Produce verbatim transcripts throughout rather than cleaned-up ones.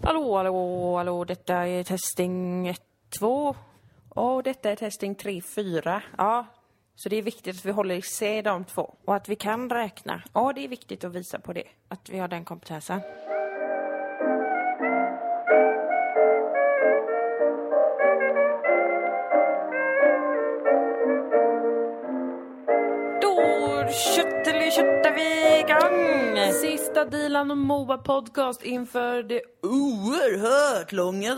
Hallå, hallå, hallå, detta är testing ett, två. Och detta är testing tre, fyra. Ja, Så det är viktigt att vi håller isär de två. och att vi kan räkna. Ja, det är viktigt att visa på det. Att vi har den kompetensen. Då köttar vi igång! Sista Dilan och Moa podcast inför det oerhört långa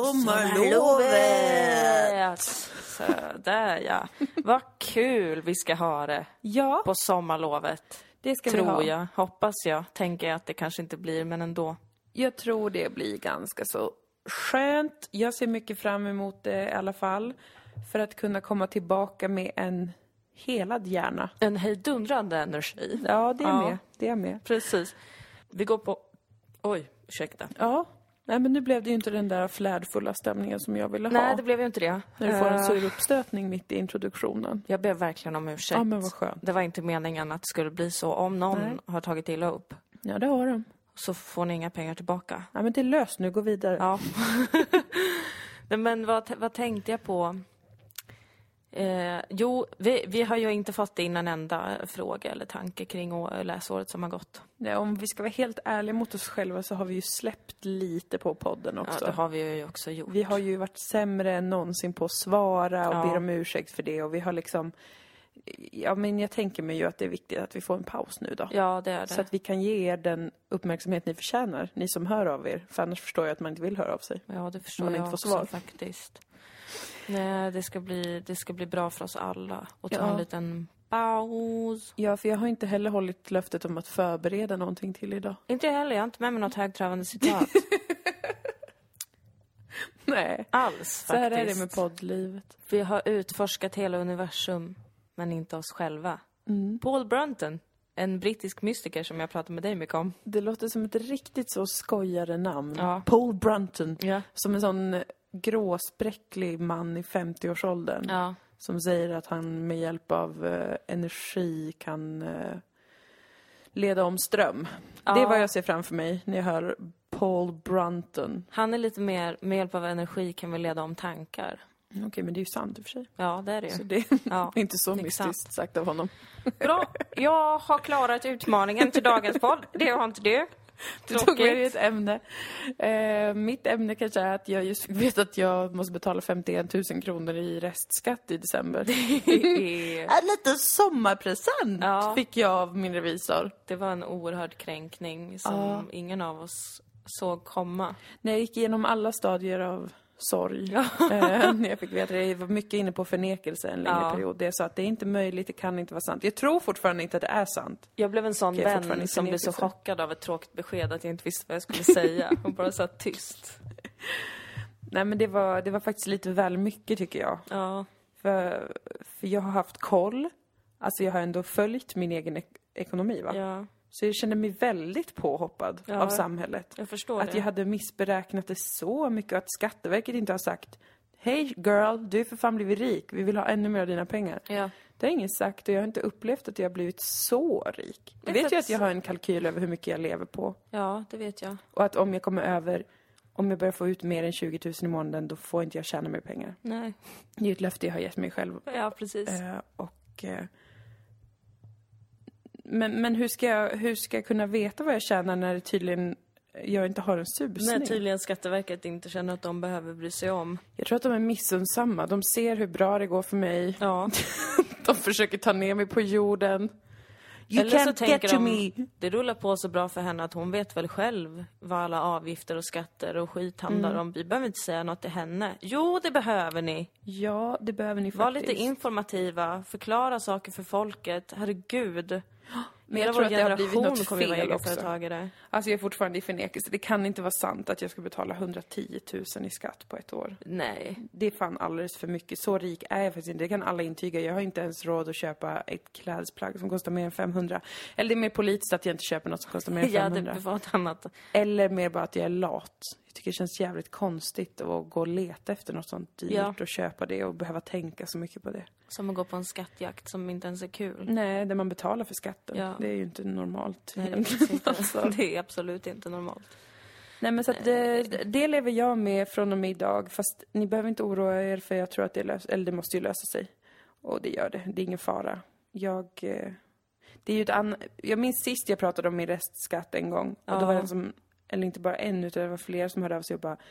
sommarlovet. Så där ja. Vad kul vi ska ha det Ja, på sommarlovet. det ska vi Tror ha. jag, hoppas jag. Tänker jag att det kanske inte blir, men ändå. Jag tror det blir ganska så skönt. Jag ser mycket fram emot det i alla fall. För att kunna komma tillbaka med en helad hjärna. En hejdundrande energi. Ja, det är Ja. med. Det är med. Precis. Vi går på... Oj, ursäkta. Ja, nej men nu blev det ju inte den där flärdfulla stämningen som jag ville ha. Nej, det blev ju inte det. När du får en Eh, syruppstötning mitt i introduktionen. Jag ber verkligen om ursäkt. Ja, men vad skönt. Det var inte meningen att det skulle bli så. Om någon Nej. har tagit illa upp Ja, det har de. så får ni inga pengar tillbaka. Ja, men det är löst nu. Gå vidare. Ja. Nej, men vad, vad tänkte jag på? Eh, jo, vi, vi har ju inte fått in en enda fråga eller tanke kring å- läsåret som har gått. Nej, om vi ska vara helt ärliga mot oss själva så har vi ju släppt lite på podden också. Ja, det har vi ju också gjort. Vi har ju varit sämre än någonsin på att svara och Ja. ber om ursäkt för det. Och vi har liksom... Ja, men jag tänker mig ju att det är viktigt att vi får en paus nu då. Ja, det är det. Så att vi kan ge er den uppmärksamhet ni förtjänar. Ni som hör av er. För annars förstår jag att man inte vill höra av sig. Ja, det förstår man jag inte får också svar. faktiskt. Nej, det ska bli, det ska bli bra för oss alla. Och ta Ja. en liten paus. Ja, för jag har inte heller hållit löftet om att förbereda någonting till idag. Inte jag heller, jag har inte med mig något högtravande citat. Nej. Alls faktiskt. Så här är det med poddlivet. Vi har utforskat hela universum, men inte oss själva. Mm. Paul Brunton, en brittisk mystiker som jag pratar med dig mycket om. Det låter som ett riktigt så skojare namn. Ja. Paul Brunton. Ja. Som en sån gråspräcklig man i femtioårsåldern. Ja. Som säger att han med hjälp av eh, energi kan eh, leda om ström. Ja. Det är vad jag ser framför mig när jag hör Paul Brunton. Han är lite mer, med hjälp av energi kan vi leda om tankar. Okej, men det är ju sant i och för sig. Ja, det är det Så ju. det Ja. är inte så det är mystiskt sant. sagt av honom. Bra, jag har klarat utmaningen till dagens podd. Det har inte du. Du tog med dig ett ämne. Eh, mitt ämne kanske är att jag just vet att jag måste betala femtioen tusen kronor i restskatt i december. En liten sommarpresent Ja. fick jag av min revisor. Det var en oerhörd kränkning som Ja. ingen av oss såg komma. När jag gick igenom alla stadier av sorg. Ja. eh, när jag fick veta det. Jag var mycket inne på förnekelse en längre Ja. period. Det är så att det är inte möjligt, det kan inte vara sant. Jag tror fortfarande inte att det är sant. Jag blev en sån Jag är fortfarande vän i som blev så förnekelse. chockad av ett tråkigt besked att jag inte visste vad jag skulle säga. Och bara satt tyst. Nej, men det var, det var faktiskt lite väl mycket tycker jag. Ja. För, för jag har haft koll. Alltså jag har ändå följt min egen ek- ekonomi va? Ja, Så jag kände mig väldigt påhoppad Ja. av samhället. jag förstår Att det. jag hade missberäknat det så mycket att Skatteverket inte har sagt hej girl, du är för fan blivit rik. Vi vill ha ännu mer av dina pengar. Ja. Det har ingen sagt och jag har inte upplevt att jag har blivit så rik. Jag Det är vet för ju att- att jag har en kalkyl över hur mycket jag lever på. ja, det vet jag. Och att om jag kommer över, om jag börjar få ut mer än tjugo tusen i månaden, då får inte jag tjäna mer pengar. Nej. Det är ju ett löfte jag har gett mig själv. Ja, precis. Eh, och... Eh, men, men hur ska jag, hur ska jag kunna veta vad jag tjänar när det tydligen jag inte har en susning? När tydligen Skatteverket inte känner att de behöver bry sig om. Jag tror att de är missunnsamma. De ser hur bra det går för mig. Ja. De försöker ta ner mig på jorden. You Eller så can't tänker get to de, me. det rullar på så bra för henne att hon vet väl själv vad alla avgifter och skatter och skit handlar Mm. om. Vi behöver inte säga något till henne. Jo, det behöver ni. Ja, det behöver ni Var faktiskt. lite informativa, förklara saker för folket. Herregud. Men Hela jag tror vår att det har blivit generation något kommer ju vara fel också. egenföretagare. Alltså jag är fortfarande i förnekelse. Det kan inte vara sant att jag ska betala hundratio tusen i skatt på ett år. Nej. Det är fan alldeles för mycket. Så rik är jag faktiskt inte. Det kan alla intyga. Jag har inte ens råd att köpa ett klädesplagg som kostar mer än femhundra. Eller det är mer politiskt att jag inte köper något som kostar mer än Ja, femhundra. det var ett annat. Eller mer bara att jag är lat. Jag tycker det känns jävligt konstigt att gå och leta efter något sånt dyrt Ja. och köpa det och behöva tänka så mycket på det. Som att gå på en skattjakt som inte ens är kul. Nej, där man betalar för skatten. Ja. Det är ju inte normalt. Nej, det är, faktiskt inte, Alltså. det är absolut inte normalt. Nej, men så att det, det lever jag med från och med idag. Fast ni behöver inte oroa er, för jag tror att det löser, eller det måste ju lösa sig. Och det gör det. Det är ingen fara. Jag... Det är ju ett annat... Jag minns sist jag pratade om min restskatt en gång. Och Ja. då var det en som... Eller inte bara en, utan det var flera som hörde av sig och bara...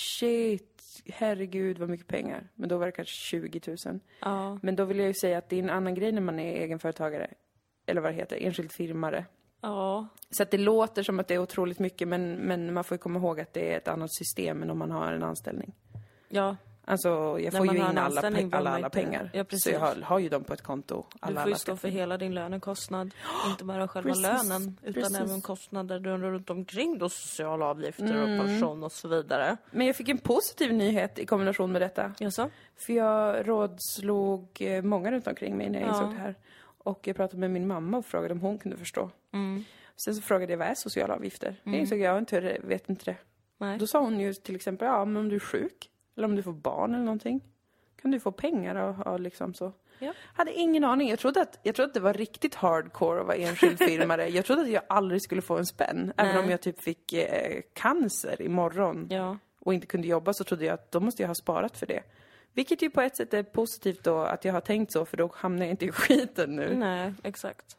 Shit, herregud vad mycket pengar. Men då var det kanske tjugo tusen. Ja. Men då vill jag ju säga att det är en annan grej när man är egenföretagare. Eller vad det heter, enskild firmare. Ja. Så att det låter som att det är otroligt mycket, men, men man får ju komma ihåg att det är ett annat system än om man har en anställning. Ja. Alltså, jag När får man ju har in en alla, anställning pe- alla, behöver man alla inte- pengar. Ja, precis. Så jag har, har ju dem på ett konto. Alla, Du får alla ju stå för skatter. hela din lönekostnad. Inte bara själva Precis, lönen, utan precis. även kostnader runt omkring då, sociala avgifter Mm. och pension och så vidare. Men jag fick en positiv nyhet i kombination med detta. Jaså? För jag rådslog eh, många runt omkring mig när jag Ja. insåg det här. Och jag pratade med min mamma och frågade om hon kunde förstå. Mm. Sen så frågade jag, vad är sociala avgifter? Jag insåg, jag inte, vet inte det. Nej. Då sa hon ju till exempel, ja men om du är sjuk, eller om du får barn eller någonting, kan du få pengar och, och liksom så. Ja. Hade ingen aning. Jag trodde, att, jag trodde att det var riktigt hardcore att vara enskild firmare. Jag trodde att jag aldrig skulle få en spänn. Även Nej. om jag typ fick eh, cancer imorgon Ja. och inte kunde jobba, så trodde jag att då måste jag ha sparat för det. Vilket ju på ett sätt är positivt då att jag har tänkt så, för då hamnar jag inte i skiten nu. Nej, exakt.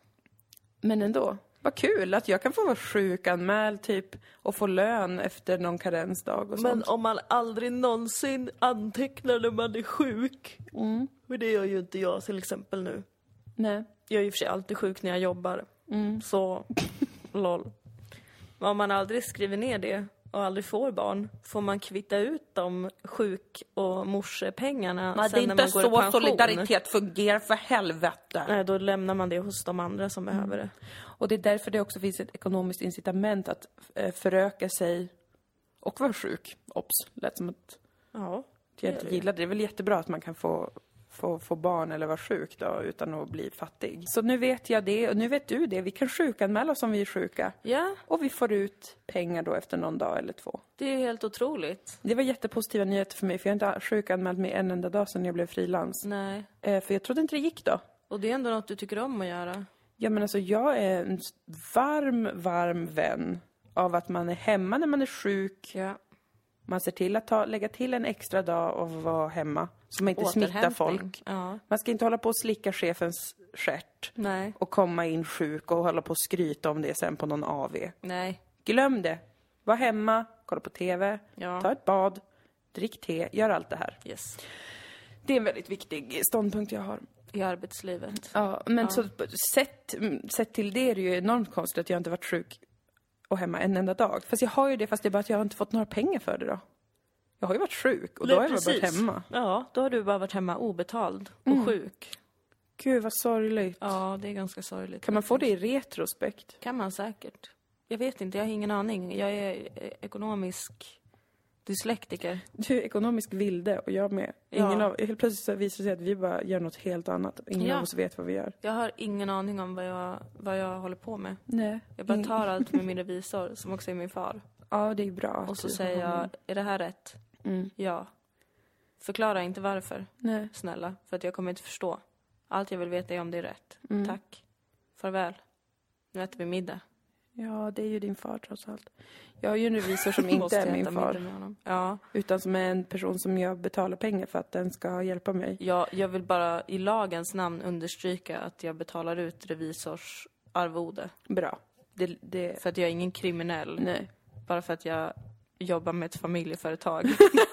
Men ändå. Vad kul att jag kan få vara sjukanmäld typ och få lön efter någon karensdag och Men sånt. om man aldrig någonsin antecknar när man är sjuk. Mm. Och det gör ju inte jag till exempel nu. Nej. Jag är ju för sig alltid sjuk när jag jobbar. Så, lol. Men om man aldrig skriver ner det och aldrig får barn, får man kvitta ut de sjuk- och morsepengarna Men det är sen när inte man går i så pension. solidaritet fungerar, för helvete. Nej, då lämnar man det hos de andra som behöver det. Och det är därför det också finns ett ekonomiskt incitament att eh, föröka sig och vara sjuk. Ops, lät som att Ja. jag inte gillar det. Det är väl jättebra att man kan få, få, få barn eller vara sjuk då, utan att bli fattig. Så nu vet jag det, och nu vet du det. Vi kan sjukanmäla oss om vi är sjuka. Ja, Och vi får ut pengar då efter någon dag eller två. det är ju helt otroligt. Det var jättepositiva nyheter för mig, för jag har inte sjukanmält mig en enda dag sedan jag blev frilans. Nej. Eh, för jag trodde inte det gick då. Och det är ändå något du tycker om att göra. Ja, men alltså jag är en varm, varm vän av att man är hemma när man är sjuk. Ja. Man ser till att ta, lägga till en extra dag och vara hemma. Så man inte smittar folk. Ja. Man ska inte hålla på och slicka chefens stjärt Nej. och komma in sjuk och hålla på och skryta om det sen på någon A V. Nej. Glöm det. Var hemma, kolla på tv, Ja. ta ett bad, drick te, gör allt det här. Yes. Det är en väldigt viktig ståndpunkt jag har. I arbetslivet. Ja, men Ja. så sett, sett till det är det ju enormt konstigt att jag inte varit sjuk och hemma en enda dag. Fast jag har ju det, fast det är bara att jag har inte fått några pengar för det då. Jag har ju varit sjuk och då har jag bara varit hemma. Ja, då har du bara varit hemma obetald och Mm. sjuk. Gud vad sorgligt. Ja, det är ganska sorgligt. Kan man få det i retrospekt? Kan man säkert. Jag vet inte, jag har ingen aning. Jag är eh, ekonomisk dyslektiker. Du är ekonomisk vilde och jag med. Ingen Ja. av, helt plötsligt så visar det sig att vi bara gör något helt annat. Ingen Ja. av oss vet vad vi gör. Jag har ingen aning om vad jag, vad jag håller på med. Nej. Jag bara tar allt med min revisor, som också är min far. Ja, det är bra. Och så att du säger har jag, honom. är det här rätt? Mm. Ja. Förklara inte varför, Nej. snälla. För att jag kommer inte förstå. Allt jag vill veta är om det är rätt. Mm. Tack. Farväl. Nu äter vi middag. Ja, det är ju din far trots allt. Jag har ju en revisor som inte Måste är jag min äta far. middag med honom. Ja. Utan som är en person som jag betalar pengar för att den ska hjälpa mig. Jag, jag vill bara i lagens namn understryka att jag betalar ut revisors arvode. Bra. Det, det, För att jag är ingen kriminell. nej. Bara för att jag jobbar med ett familjeföretag.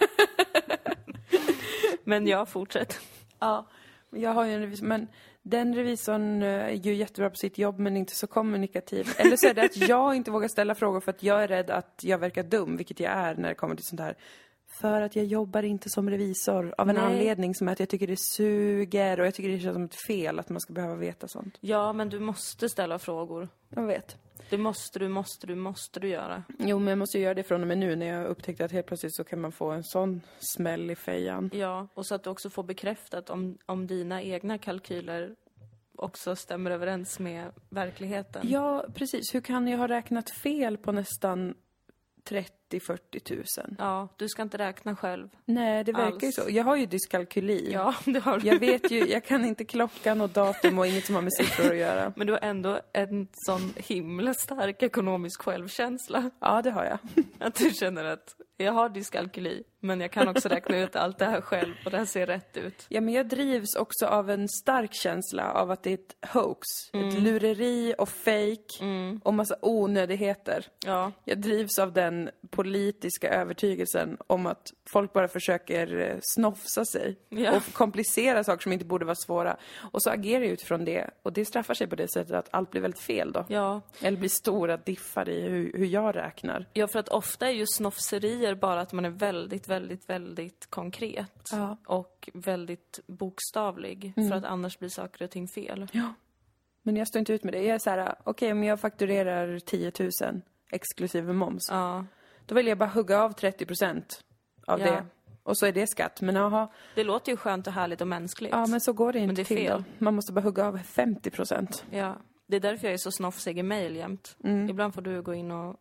Men jag fortsätter. Ja, jag har ju en revisor, men den revisorn eh, är ju jättebra på sitt jobb men inte så kommunikativ. Eller så är det att jag inte vågar ställa frågor för att jag är rädd att jag verkar dum, vilket jag är när det kommer till sånt här. För att jag jobbar inte som revisor av en Nej. anledning som är att jag tycker det suger och jag tycker det känns som ett fel att man ska behöva veta sånt. Ja, men du måste ställa frågor. Jag vet. Det måste du, måste du, måste du göra. Jo, men jag måste göra det från och med nu när jag upptäckte att helt plötsligt så kan man få en sån smäll i fejan. Ja, och så att du också får bekräftat om, om dina egna kalkyler också stämmer överens med verkligheten. Ja, precis. Hur kan jag ha räknat fel på nästan trettio till fyrtio tusen. Ja, du ska inte räkna själv. Nej, det verkar Alls. ju så. Jag har ju dyskalkyli. Ja, det har du. Jag vet ju, jag kan inte klockan och datum och inget som har med siffror att göra. Men du har ändå en sån himla stark ekonomisk självkänsla. Ja, det har jag. Att du känner att jag har dyskalkyli, men jag kan också räkna ut allt det här själv och det här ser rätt ut. Ja, men jag drivs också av en stark känsla av att det är ett hoax. Mm. Ett lureri och fake Mm. och massa onödigheter. Ja, Jag drivs av den politiska övertygelsen om att folk bara försöker eh, snofsa sig Ja. och komplicera saker som inte borde vara svåra. Och så agerar jag utifrån det. Och det straffar sig på det sättet att allt blir väldigt fel då. ja. Eller blir stora diffar i hur, hur jag räknar. Ja, för att ofta är ju snofserier bara att man är väldigt, väldigt, väldigt konkret. Ja. Och väldigt bokstavlig. För att annars blir saker och ting fel. Ja. Men jag står inte ut med det. Jag är så här, okej, om jag fakturerar tio tusen exklusive moms. Ja. Då vill jag bara hugga av trettio procent av Ja. det. Och så är det skatt. Men aha, Det låter ju skönt och härligt och mänskligt. ja, men så går det inte Men det är till fel. då. Man måste bara hugga av femtio procent. Ja. Det är därför jag är så snofsig i mejl jämt. Mm. Ibland får du gå in och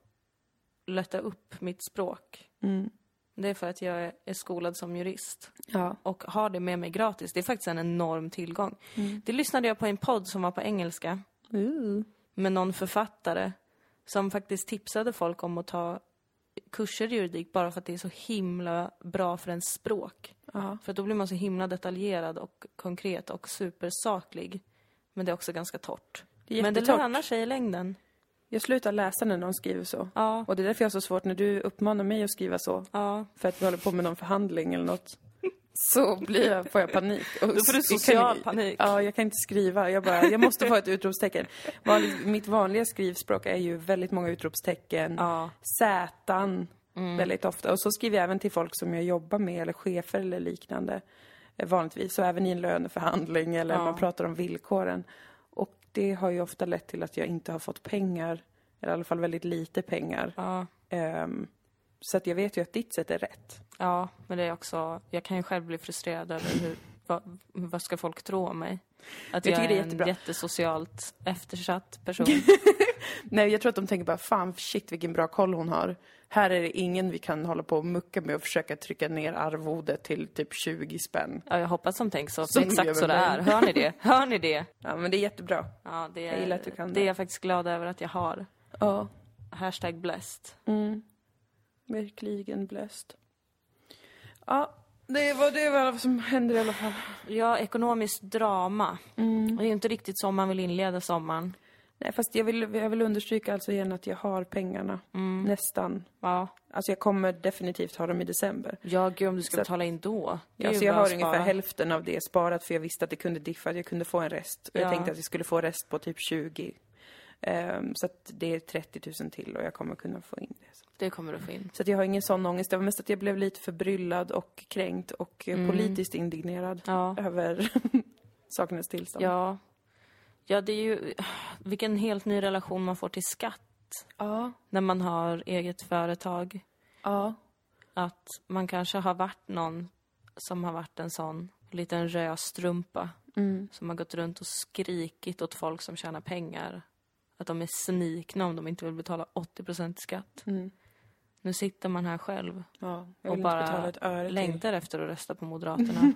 lätta upp mitt språk. Mm. Det är för att jag är- är skolad som jurist. Ja. Och har det med mig gratis. Det är faktiskt en enorm tillgång. Mm. Det lyssnade jag på en podd som var på engelska. Uh. Med någon författare. Som faktiskt tipsade folk om att ta kurser i juridik. Bara för att det är så himla bra för ens språk. Ja. För då blir man så himla detaljerad och konkret och supersaklig. Men det är också ganska torrt. Det är Men det jättetort. lönar sig i längden. Jag slutar läsa när någon skriver så. Ja, Och det är därför jag har så svårt när du uppmanar mig att skriva så. ja. För att vi håller på med någon förhandling eller något. Så blir jag, får jag panik. Och Då får du jag kan- social panik. Ja, jag kan inte skriva. Jag bara, jag måste få ett utropstecken. Vanligt, mitt vanliga skrivspråk är ju väldigt många utropstecken. Ja. Sätan väldigt ofta. Och så skriver jag även till folk som jag jobbar med eller chefer eller liknande. eh, Vanligtvis. Så även i en löneförhandling eller Ja. man pratar om villkoren. Och det har ju ofta lett till att jag inte har fått pengar. Eller i alla fall väldigt lite pengar. Ja. Ehm, så att jag vet ju att ditt sätt är rätt. Ja, men det är också... Jag kan ju själv bli frustrerad över hur... Vad, vad ska folk tro om mig? Att Jag jag, tycker det är är en jättebra. jättesocialt eftersatt person. Nej, jag tror att de tänker bara, fan shit vilken bra koll hon har. Här är det ingen vi kan hålla på och mucka med och försöka trycka ner arvodet till typ tjugo spänn. Ja, jag hoppas de tänker så. Som För exakt gör så det med är. mig. Hör ni det? Hör ni det? Ja, men det är jättebra. Ja, det Jag är, gillar att du kan det det. är jag faktiskt glad över att jag har. Ja, Hashtag blessed. mm. Verkligen blessed. Ja, det var det var vad som händer i alla fall. Ja, ekonomiskt drama. Mm. Det är ju inte riktigt så man vill inleda sommaren. Nej, fast jag vill, jag vill understryka alltså igen att jag har pengarna. Mm. Nästan. Ja, Alltså jag kommer definitivt ha dem i december. ja gud, om du ska Så- betala in då. Det är Ja, ju så jag bara har att ungefär spara. hälften av det sparat för jag visste att det kunde diffa, att jag kunde få en rest. Och jag Ja. tänkte att jag skulle få rest på typ tjugo. Ehm, så att det är trettio tusen till och jag kommer kunna få in det. Det kommer du få in. Så att jag har ingen sån ångest. Det var mest att jag blev lite förbryllad och kränkt och eh, politiskt indignerad Ja. över sakernas tillstånd. Ja. Ja, det är ju... Vilken helt ny relation man får till skatt Ja. när man har eget företag. Ja. Att man kanske har varit någon som har varit en sån liten rödstrumpa Mm. som har gått runt och skrikit åt folk som tjänar pengar. Att de är snikna om de inte vill betala åttio procent i skatt. Mm. Nu sitter man här själv Ja. Jag och vill inte betala bara ett öre till. längtar efter att rösta på Moderaterna.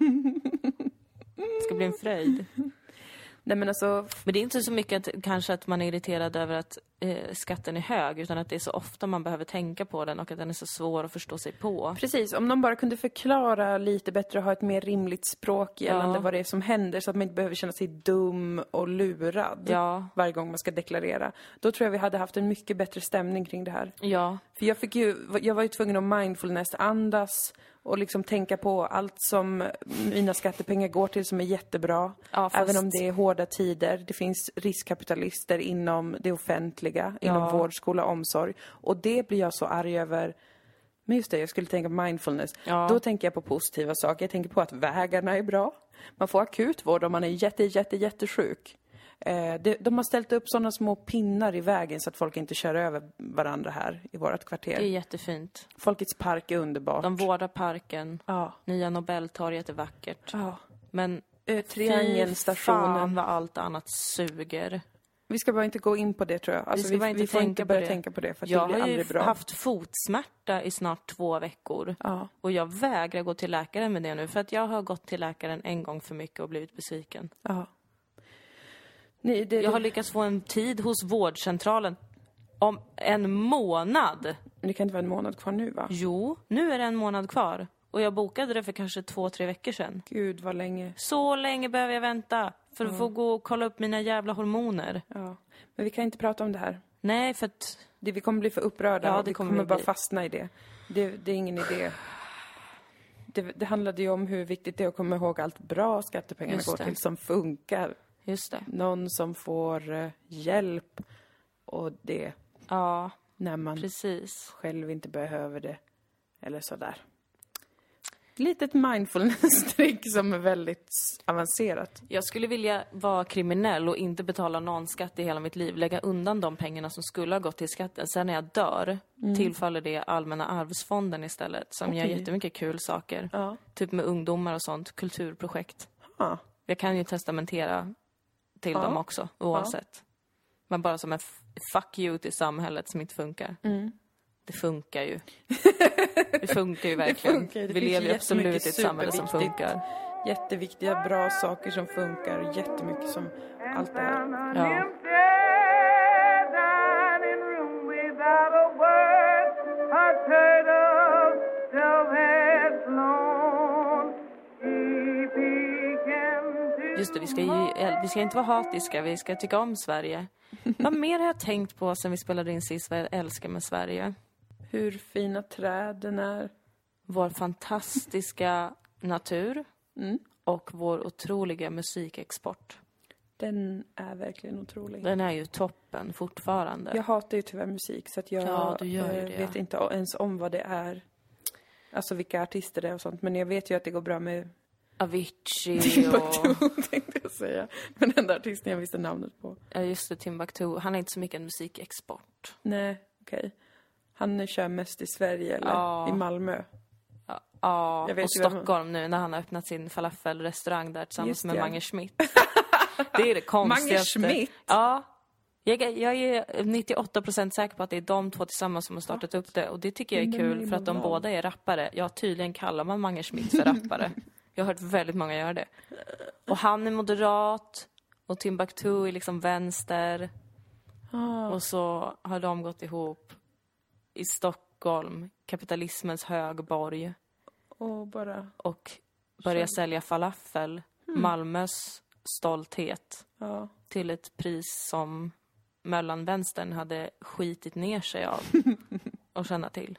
Det ska bli en fröjd. Nej men alltså, Men det är inte så mycket att, kanske att man är irriterad över att eh, skatten är hög, utan att det är så ofta man behöver tänka på den och att den är så svår att förstå sig på. precis. Om de bara kunde förklara lite bättre och ha ett mer rimligt språk gällande Ja. vad det är som händer så att man inte behöver känna sig dum och lurad Ja, varje gång man ska deklarera. Då tror jag vi hade haft en mycket bättre stämning kring det här. ja, För jag fick ju, jag var ju tvungen att mindfulness, andas och liksom tänka på allt som mina skattepengar går till som är jättebra. ja fast, Även om det är hårda tider. Det finns riskkapitalister inom det offentliga, Ja. inom vård, skola, omsorg. Och det blir jag så arg över. Men just det, jag skulle tänka på mindfulness. Ja. Då tänker jag på positiva saker. Jag tänker på att vägarna är bra. Man får akutvård om man är jätte, jätte, jättesjuk. Eh, det, de har ställt upp sådana små pinnar i vägen så att folk inte kör över varandra här i vårt kvarter. det är jättefint. Folkets park är underbart. De vårdar parken, Ja. nya Nobeltorget är vackert. Ja. Men Eh, fy Triangelstationen. fan vad allt annat suger. Vi ska bara inte gå in på det, tror jag. Alltså, vi, ska bara vi, inte vi får tänka inte på börja det. tänka på det, för att jag det blir har aldrig ju bra. haft fotsmärta i snart två veckor. Ja. Och jag vägrar gå till läkaren med det nu. För att jag har gått till läkaren en gång för mycket och blivit besviken. Ja. Nej, det, jag har lyckats få en tid hos vårdcentralen om en månad. Det kan inte vara en månad kvar nu, va? Jo, nu är det en månad kvar. Och jag bokade det för kanske två, tre veckor sedan. Gud, vad länge. Så länge behöver jag vänta för att Ja. få gå och kolla upp mina jävla hormoner. Ja. Men vi kan inte prata om det här. Nej, för att... Det, vi kommer bli för upprörda. Ja, och det vi kommer kommer vi bara bli. fastna i det. det. Det är ingen idé. Det, det handlade ju om hur viktigt det är att komma ihåg allt bra skattepengarna Just går det. till som funkar. Just det. Någon som får eh, hjälp och det Ja, när man precis. själv inte behöver det. Eller sådär. Litet mindfulness-trick som är väldigt avancerat. Jag skulle vilja vara kriminell och inte betala någon skatt i hela mitt liv. Lägga undan de pengarna som skulle ha gått till skatten. Sen när jag dör Mm. tillfaller det Allmänna arvsfonden istället. Som Okej. gör jättemycket kul saker. Ja. Typ med ungdomar och sånt. Kulturprojekt. Ja. Jag kan ju testamentera till Ja. dem också, oavsett. Men bara som en f- fuck you till samhället som inte funkar. Mm. Det funkar ju. Det funkar ju verkligen. funkar. Det Vi finns lever ju absolut i jättemycket ett samhälle som superviktigt. funkar. Jätteviktiga, bra saker som funkar. Jättemycket som allt det här. Ja. Just det, vi ska, ju, vi ska inte vara hatiska, vi ska tycka om Sverige. Vad mer har jag tänkt på sen vi spelade in sist vad jag älskar med Sverige? Hur fina träden är. Vår fantastiska natur Mm. och vår otroliga musikexport. Den är verkligen otrolig. Den är ju toppen fortfarande. Jag hatar ju tyvärr musik så att jag Ja, du gör ju eh, det, vet ja. inte ens om vad det är. Alltså vilka artister det är och sånt. Men jag vet ju att det går bra med Avicii Timbuktu, och... tänkte jag säga. Men den där artisten jag visste namnet på. Ja, just det, Timbuktu. Han är inte så mycket en musikexport. Nej, okej. Han kör mest i Sverige eller Ja. i Malmö. Ja, ja Jag vet och ju vem- Stockholm nu när han har öppnat sin falafelrestaurang där tillsammans Just med det. Mange Schmidt. Det är det konstigaste. Mange Schmidt? Ja. Jag, är- jag är nittioåtta procent säker på att det är de två tillsammans som har startat upp det. Och det tycker jag är Men kul det är för att de bra. båda är rappare. Ja, tydligen kallar man Mange Schmidt för rappare. Jag har hört väldigt många göra det. Och han är moderat och Timbuktu är liksom vänster. Ah. Och så har de gått ihop i Stockholm, kapitalismens högborg. Och bara, Och börja sälja falafel, Malmös stolthet, ja. till ett pris som mellanvänstern hade skitit ner sig av och känna till.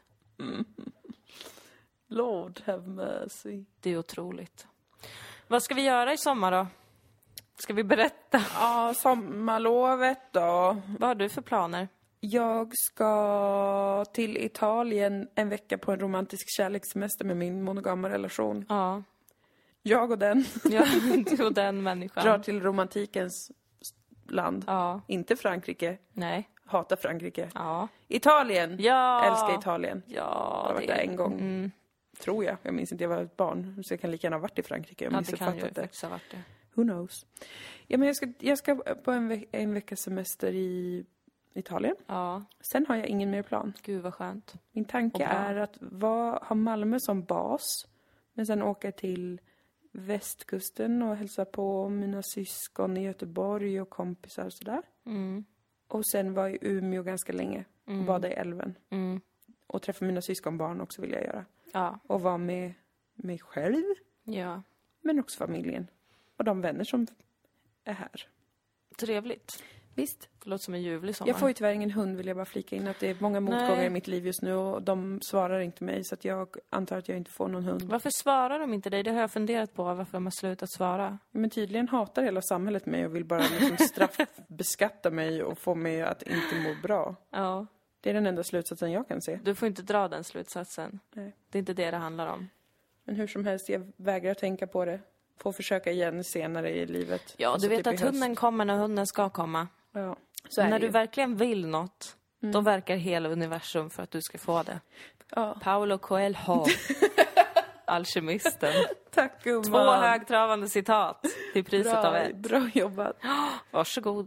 Lord have mercy. Det är otroligt. Vad ska vi göra i sommar då? Ska vi berätta? Ja, sommarlovet då. Vad har du för planer? Jag ska till Italien en vecka på en romantisk kärlekssemester med min monogama relation. Ja, Jag och den ja du och den människan. drar till romantikens land. Ja, Inte Frankrike. nej. Hatar Frankrike. Ja. Italien. Ja. Älskar Italien. Ja, Jag har varit det- där en gång. Mm. Tror jag. Jag minns inte, jag var ett barn. Så jag kan lika gärna ha varit i Frankrike. Jag Ja, minns det kan ju missuppfattat det. faktiskt ha varit det. Who knows? Ja, men jag ska, jag ska på en, ve- en veckas semester i Italien. Ja, Sen har jag ingen mer plan. gud vad skönt. Min tanke Och bra. är att va, ha Malmö som bas. Men sen åka till västkusten och hälsa på mina syskon i Göteborg och kompisar och sådär. Mm. Och sen var i Umeå ganska länge och bada i älven. Mm. Och träffa mina syskonbarn också vill jag göra. Ja, Och vara med mig själv, ja. men också familjen. Och de vänner som är här. Trevligt. Visst. Det låter som en ljuvlig sommar. Jag får ju tyvärr ingen hund, vill jag bara flika in. Att det är många motgångar Nej. i mitt liv just nu och de svarar inte mig. Så att jag antar att jag inte får någon hund. Varför svarar de inte dig? Det har jag funderat på, varför de har slutat svara. Men tydligen hatar hela samhället mig och vill bara liksom straffbeskatta mig och få mig att inte må bra. Ja, Det är den enda slutsatsen jag kan se. du får inte dra den slutsatsen. Nej. Det är inte det det handlar om. Men hur som helst, jag vägrar tänka på det. Får försöka igen senare i livet. Ja, Alltså du vet typ i att höst. hunden kommer när hunden ska komma. Ja, så är När det du ju. verkligen vill något, då verkar hela universum för att du ska få det. Ja. Paulo Coelho. Alkemisten. Tack gumman. Två högtravande citat till priset av bra, ett. bra jobbat. Varsågod.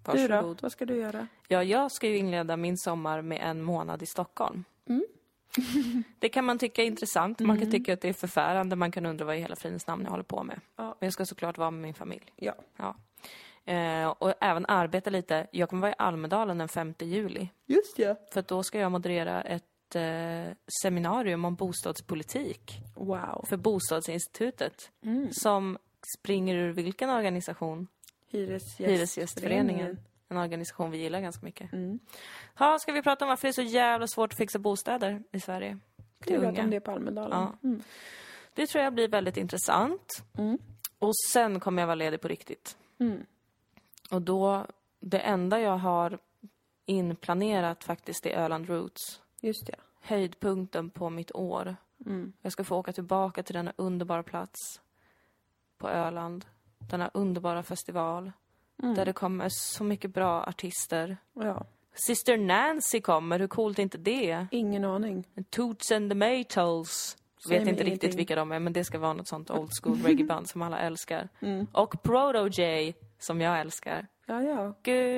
Varsågod. Du då? Vad ska du göra? Ja, jag ska ju inleda min sommar med en månad i Stockholm. Mm. Det kan man tycka är intressant. Man kan mm. tycka att det är förfärande. Man kan undra vad i hela fridens namn jag håller på med. Ja. Men jag ska såklart vara med min familj. Ja. Ja. Eh, och även arbeta lite. Jag kommer vara i Almedalen den femte juli. Just det. För att då ska jag moderera ett eh, seminarium om bostadspolitik. Wow. För Bostadsinstitutet. Mm. Som springer ur vilken organisation? Hyresgästföreningen. Hyresgästföreningen. En organisation vi gillar ganska mycket. Mm. Ha, ska vi prata om varför det är så jävla svårt att fixa bostäder i Sverige? Ska vi prata om det på Almedalen? Ja. Mm. Det tror jag blir väldigt intressant. Mm. Och sen kommer jag vara ledig på riktigt. Mm. Och då, det enda jag har inplanerat faktiskt är Öland Roots. Just det. Höjdpunkten på mitt år. Mm. Jag ska få åka tillbaka till denna underbara plats på Öland. Denna underbara festival. Mm. Där det kommer så mycket bra artister. Ja. Sister Nancy kommer, hur coolt är inte det? Ingen aning. Toots and the Maytals. Vet inte ingenting. Riktigt vilka de är, men det ska vara något sånt old school reggae-band som alla älskar. Mm. Och Proto J, som jag älskar. Ja, ja.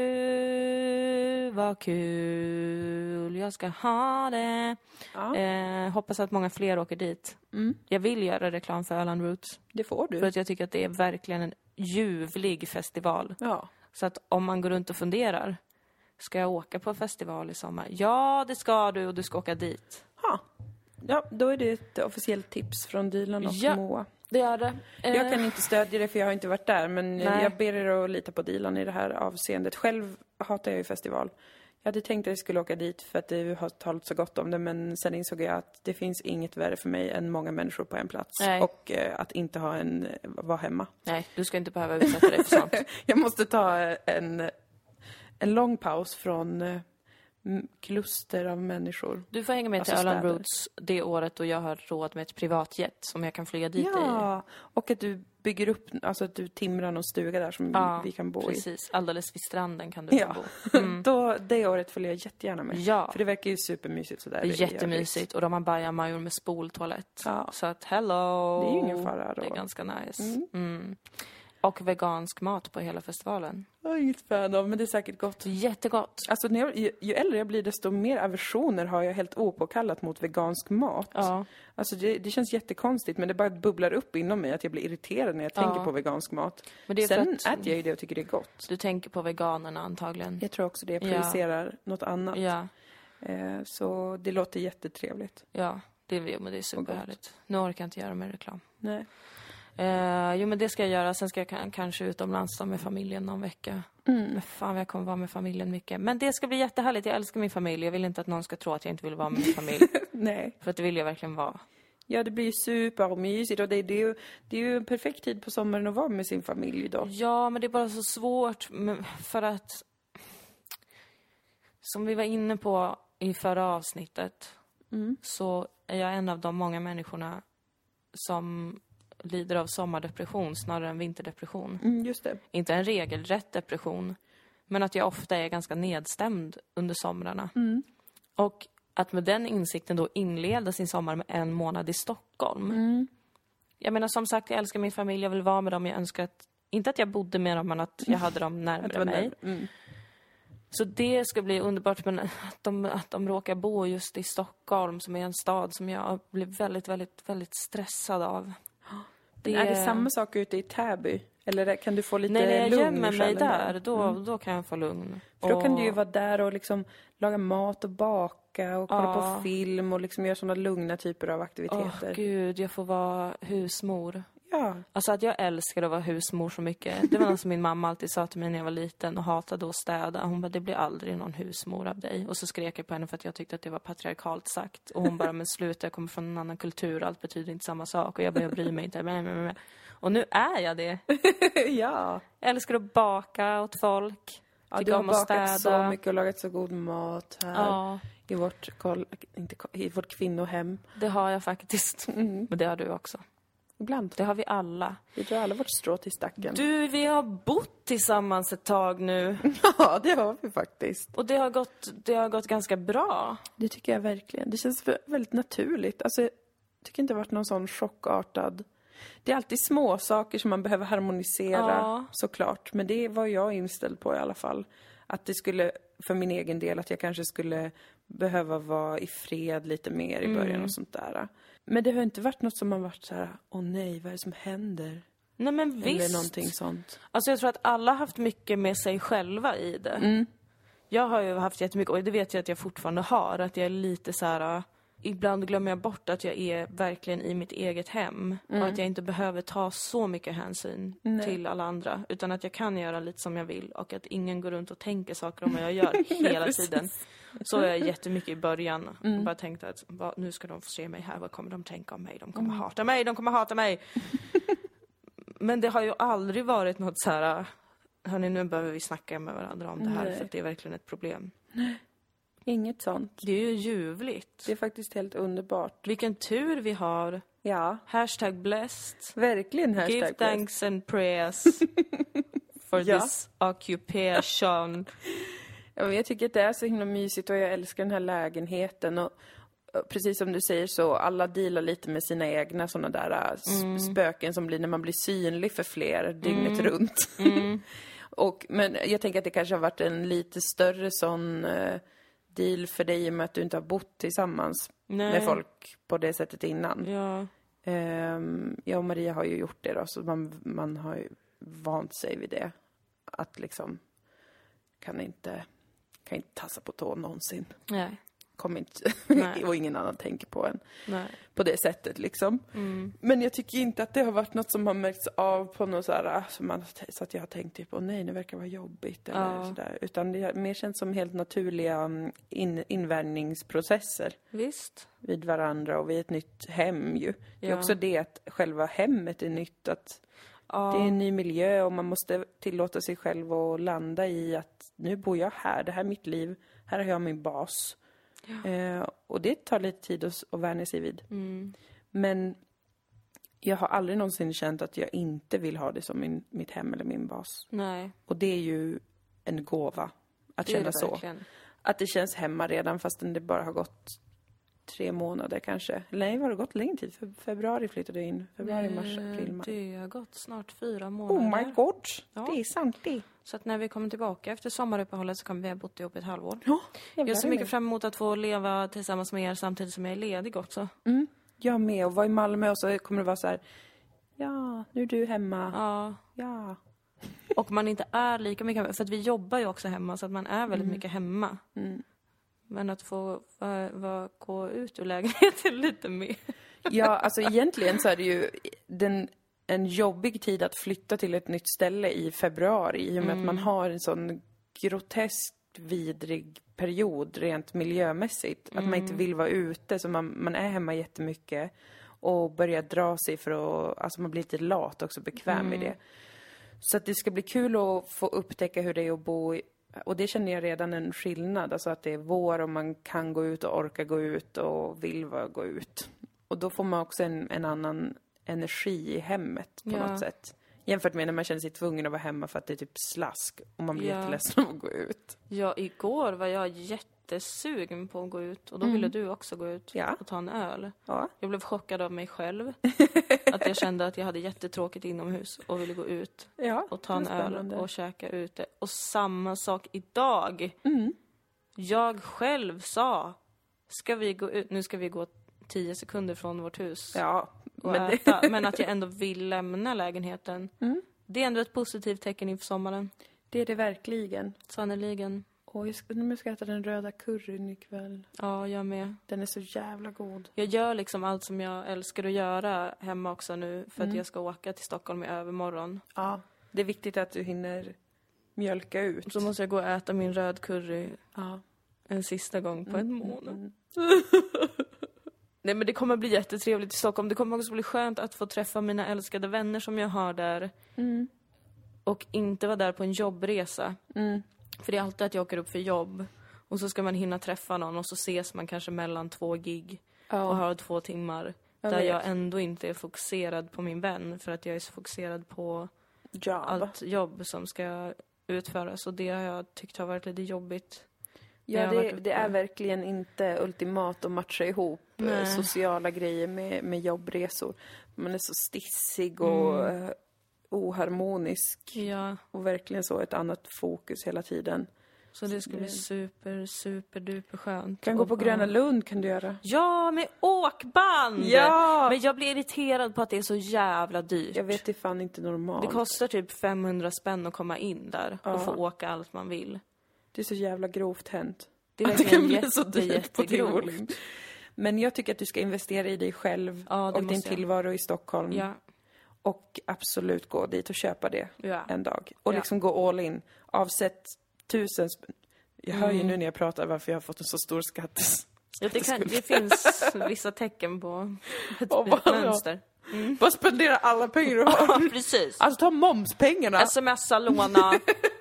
Gud, vad kul. Jag ska ha det. Ja. Eh, hoppas att många fler åker dit. Mm. Jag vill göra reklam för Öland Roots. Det får du. För att jag tycker att det är verkligen en ljuvlig festival. Ja. Så att om man går runt och funderar, ska jag åka på festival i sommar? Ja, det ska du, och du ska åka dit. Ha. Ja, då är det ett officiellt tips från Dilan och ja, Moa. Det är det. Jag kan inte stödja det för jag har inte varit där, men Nej. jag ber er att lita på Dilan i det här avseendet. Själv hatar jag ju festival. Jag hade tänkt att jag skulle åka dit för att det har talat så gott om det, men sen insåg jag att det finns inget värre för mig än många människor på en plats. Nej. Och eh, att inte ha en, vara hemma. Nej, du ska inte behöva utsätta dig för sånt. Jag måste ta en, en lång paus från eh, kluster av människor. Du får hänga med alltså till Öland Roots det året och jag har råd med ett privatjet som jag kan flyga dit ja, i. Ja, och att du bygger upp, alltså att du timrar någon stuga där som ja, vi kan bo precis. i. Precis, alldeles vid stranden kan du ja. bo. Mm. Då, det året följer jag jättegärna med. Ja. För det verkar ju supermysigt sådär. Jättemysigt, och de har bajamajor med spoltoalett. Ja. Så att hello! Det är ju ingen fara då. Det är ganska nice. Mm. Mm. Och vegansk mat på hela festivalen. Jag är inget fan av, men det är säkert gott. Jättegott. Alltså, när jag, ju, ju äldre jag blir, desto mer aversioner har jag helt opåkallat mot vegansk mat. Ja. Alltså, det, det känns jättekonstigt, men det bara bubblar upp inom mig att jag blir irriterad när jag ja. tänker på vegansk mat. Men det är Sen att äter jag ju det och tycker det är gott. Du tänker på veganerna antagligen. Jag tror också det. Jag projicerar ja. något annat. Ja. Eh, så det låter jättetrevligt. Ja, det är, men det är superhärligt. Nu orkar jag inte göra mer reklam. Nej. Uh, jo, men det ska jag göra. Sen ska jag k- kanske utomlands med familjen någon vecka. Mm. Men fan, jag kommer vara med familjen mycket. Men det ska bli jättehärligt. Jag älskar min familj. Jag vill inte att någon ska tro att jag inte vill vara med min familj. Nej. För att det vill jag verkligen vara. Ja, det blir supermysigt. Och det, det, är ju, det är ju en perfekt tid på sommaren att vara med sin familj då. Ja, men det är bara så svårt. För att, som vi var inne på i förra avsnittet, mm. så är jag en av de många människorna som lider av sommardepression snarare än vinterdepression. Mm, just det. Inte en regelrätt depression, men att jag ofta är ganska nedstämd under somrarna. Mm. Och att med den insikten då inleda sin sommar med en månad i Stockholm. Mm. Jag menar, som sagt, jag älskar min familj, jag vill vara med dem. Jag önskar att, inte att jag bodde med dem, men att jag hade dem närmare mig. Mm. Så det ska bli underbart, men att de, att de råkar bo just i Stockholm, som är en stad som jag blir väldigt, väldigt, väldigt stressad av. Det är... är det samma sak ute i Täby? Eller kan du få lite lugn? Nej, när jag lugn gömmer mig där, där? då, mm. då kan jag få lugn. För då och... kan du ju vara där och liksom laga mat och baka och kolla ja. på film och liksom göra sådana lugna typer av aktiviteter. Åh gud, jag får vara husmor. Ja. Alltså att jag älskar att vara husmor så mycket. Det var något som min mamma alltid sa till mig när jag var liten och hatade att städa. Hon bara, det blir aldrig någon husmor av dig. Och så skrek jag på henne för att jag tyckte att det var patriarkalt sagt. Och hon bara, men sluta, jag kommer från en annan kultur. Allt betyder inte samma sak. Och jag bara, jag bryr mig inte. Och nu är jag det. Ja. Jag älskar att baka åt folk. Ja, du har bakat så mycket och lagat så god mat här. Ja. I vårt, inte, i vårt kvinnohem. Det har jag faktiskt. Mm. Men det har du också. Ibland. Det har vi alla. Vi drar alla vårt strå till stacken. Du, vi har bott tillsammans ett tag nu. Ja, det har vi faktiskt. Och det har gått, det har gått ganska bra. Det tycker jag verkligen. Det känns väldigt naturligt. Alltså, jag tycker inte det har varit någon sån chockartad... Det är alltid små saker som man behöver harmonisera, Ja. såklart. Men det var jag inställd på i alla fall. Att det skulle, för min egen del, att jag kanske skulle behöva vara i fred lite mer i början Mm. och sånt där. Men det har inte varit något som har varit så här, åh nej, vad är det som händer? Nej men visst. Eller någonting sånt. Alltså jag tror att alla har haft mycket med sig själva i det. Mm. Jag har ju haft jättemycket, och det vet jag att jag fortfarande har, att jag är lite så här. äh, Ibland glömmer jag bort att jag är verkligen i mitt eget hem. Mm. Och att jag inte behöver ta så mycket hänsyn Nej. till alla andra. Utan att jag kan göra lite som jag vill. Och att ingen går runt och tänker saker om vad jag gör hela precis. tiden. Så var jag jättemycket i början. Mm. Och bara tänkte att va, nu ska de få se mig här. Vad kommer de tänka om mig? De kommer hata mig, de kommer hata mig. Men det har ju aldrig varit något så här. Hörni, nu behöver vi snacka med varandra om det här. Nej. För att det är verkligen ett problem. Inget sånt. Det är ju ljuvligt. Det är faktiskt helt underbart. Vilken tur vi har. Ja, Hashtag blessed. verkligen hashtag Give blessed. thanks and prayers for Ja. this occupation. Ja, men jag tycker att det är så himla mysigt och jag älskar den här lägenheten. Och, och precis som du säger så, alla dealar lite med sina egna såna där äh, Mm. spöken som blir när man blir synlig för fler dygnet runt. Mm. och, men jag tänker att det kanske har varit en lite större sån uh, deal för dig i och med att du inte har bott tillsammans Nej. med folk på det sättet innan. Ja. Um, jag och Maria har ju gjort det då, så man, man har ju vant sig vid det. Att liksom kan inte, kan inte tassa på tå någonsin. Nej. Kommer inte, Nej. och ingen annan tänker på en Nej. på det sättet liksom. Mm. Men jag tycker inte att det har varit något som har märkts av på något så här, som man, så att jag har tänkt typ, åh nej, nu verkar det vara jobbigt eller Ja. sådär. Utan det har mer känts som helt naturliga mm, in, invärjningsprocesser Visst. vid varandra och vid ett nytt hem ju. Det är Ja. också det att själva hemmet är nytt, att Ja. det är en ny miljö och man måste tillåta sig själv att landa i att nu bor jag här, det här är mitt liv, här har jag min bas. Eh, och det tar lite tid att, att vänja sig vid. Mm. Men jag har aldrig någonsin känt att jag inte vill ha det som min, mitt hem eller min bas. Nej. Och det är ju en gåva att Det är känna det så. verkligen. Att det känns hemma redan fastän det bara har gått tre månader kanske. Nej, var det gått längre tid? Fe- februari flyttade jag in. Februari, mars, april, maj. Det har gått snart fyra månader. Oh my god, Ja. det är sant det. Så att när vi kommer tillbaka efter sommaruppehållet så kommer vi ha bott ihop ett halvår. Ja, Jag ser mycket fram emot att få leva tillsammans med er samtidigt som jag är ledig också. Mm, jag med. Och vara i Malmö och så kommer det vara så här. Ja, nu är du hemma. Ja. Ja. Och man inte är lika mycket hemma. För att vi jobbar ju också hemma så att man är väldigt mycket hemma. Mm. Men att få va, va, gå ut ur lägenheten lite mer. Ja, alltså egentligen så är det ju den, en jobbig tid att flytta till ett nytt ställe i februari. I och med att man har en sån groteskt vidrig period rent miljömässigt. Att man inte vill vara ute, så man, man är hemma jättemycket. Och börjar dra sig för att, alltså man blir lite lat också, bekväm i det. Så att det ska bli kul att få upptäcka hur det är att bo i, och det känner jag redan en skillnad. Alltså att det är vår och man kan gå ut och orka gå ut och vill gå ut. Och då får man också en, en annan energi i hemmet på Ja. något sätt. Jämfört med när man känner sig tvungen att vara hemma för att det är typ slask och man blir Ja. jätteledsen av att gå ut. Ja, igår var jag jättesugen på att gå ut. Och då ville du också gå ut Ja. och ta en öl. Ja. Jag blev chockad av mig själv. Att jag kände att jag hade jättetråkigt inomhus och ville gå ut Ja, och ta en det är öl spännande. och käka ute. Och samma sak idag. Mm. Jag själv sa, ska vi gå ut, nu ska vi gå tio sekunder från vårt hus Ja, och men det, äta. Men att jag ändå vill lämna lägenheten. Mm. Det är ändå ett positivt tecken inför sommaren. det är det verkligen. Sannoliken. Och jag ska, nu ska jag äta den röda curryn ikväll. Ja, jag med. Den är så jävla god. Jag gör liksom allt som jag älskar att göra hemma också nu. För att jag ska åka till Stockholm i övermorgon. Ja, det är viktigt att du hinner mjölka ut. Så måste jag gå och äta min röd curry Ja. en sista gång på en månad. Mm. Nej, men det kommer bli jättetrevligt i Stockholm. Det kommer också bli skönt att få träffa mina älskade vänner som jag har där. Mm. Och inte vara där på en jobbresa. Mm. För det är alltid att jag åker upp för jobb. Och så ska man hinna träffa någon och så ses man kanske mellan två gig. Ja. Och har två timmar. Jag där vet. jag ändå inte är fokuserad på min vän. För att jag är så fokuserad på Jobb. allt jobb som ska utföras. Och det har jag tyckt har varit lite jobbigt. Ja, jag har varit det, uppe. det är verkligen inte ultimat att matcha ihop Nej. sociala grejer med, med jobbresor. Man är så stissig och mm. uh, oharmonisk. Ja. Och verkligen så ett annat fokus hela tiden. Så det ska bli super, super, duper skönt. Kan gå på Gröna Lund kan du göra. Ja, med åkband! Ja! Men jag blir irriterad på att det är så jävla dyrt. Jag vet, det är fan inte normalt. Det kostar typ femhundra spänn att komma in där ja. och få åka allt man vill. Det är så jävla grovt hänt. Det är verkligen jätte, så dyrt på grovt. Men jag tycker att du ska investera i dig själv ja, och din tillvaro jag. i Stockholm. Ja. Och absolut gå dit och köpa det ja. en dag. Och ja. liksom gå all in. Avsätt tusen spänn. Jag hör mm. ju nu när jag pratar varför jag har fått en så stor skatt. Ja, det, kan, det finns vissa tecken på ett, oh, ett mönster. Mm. Bara spendera alla pengar du har. Ja, precis. Alltså ta momspengarna. Smsa, låna.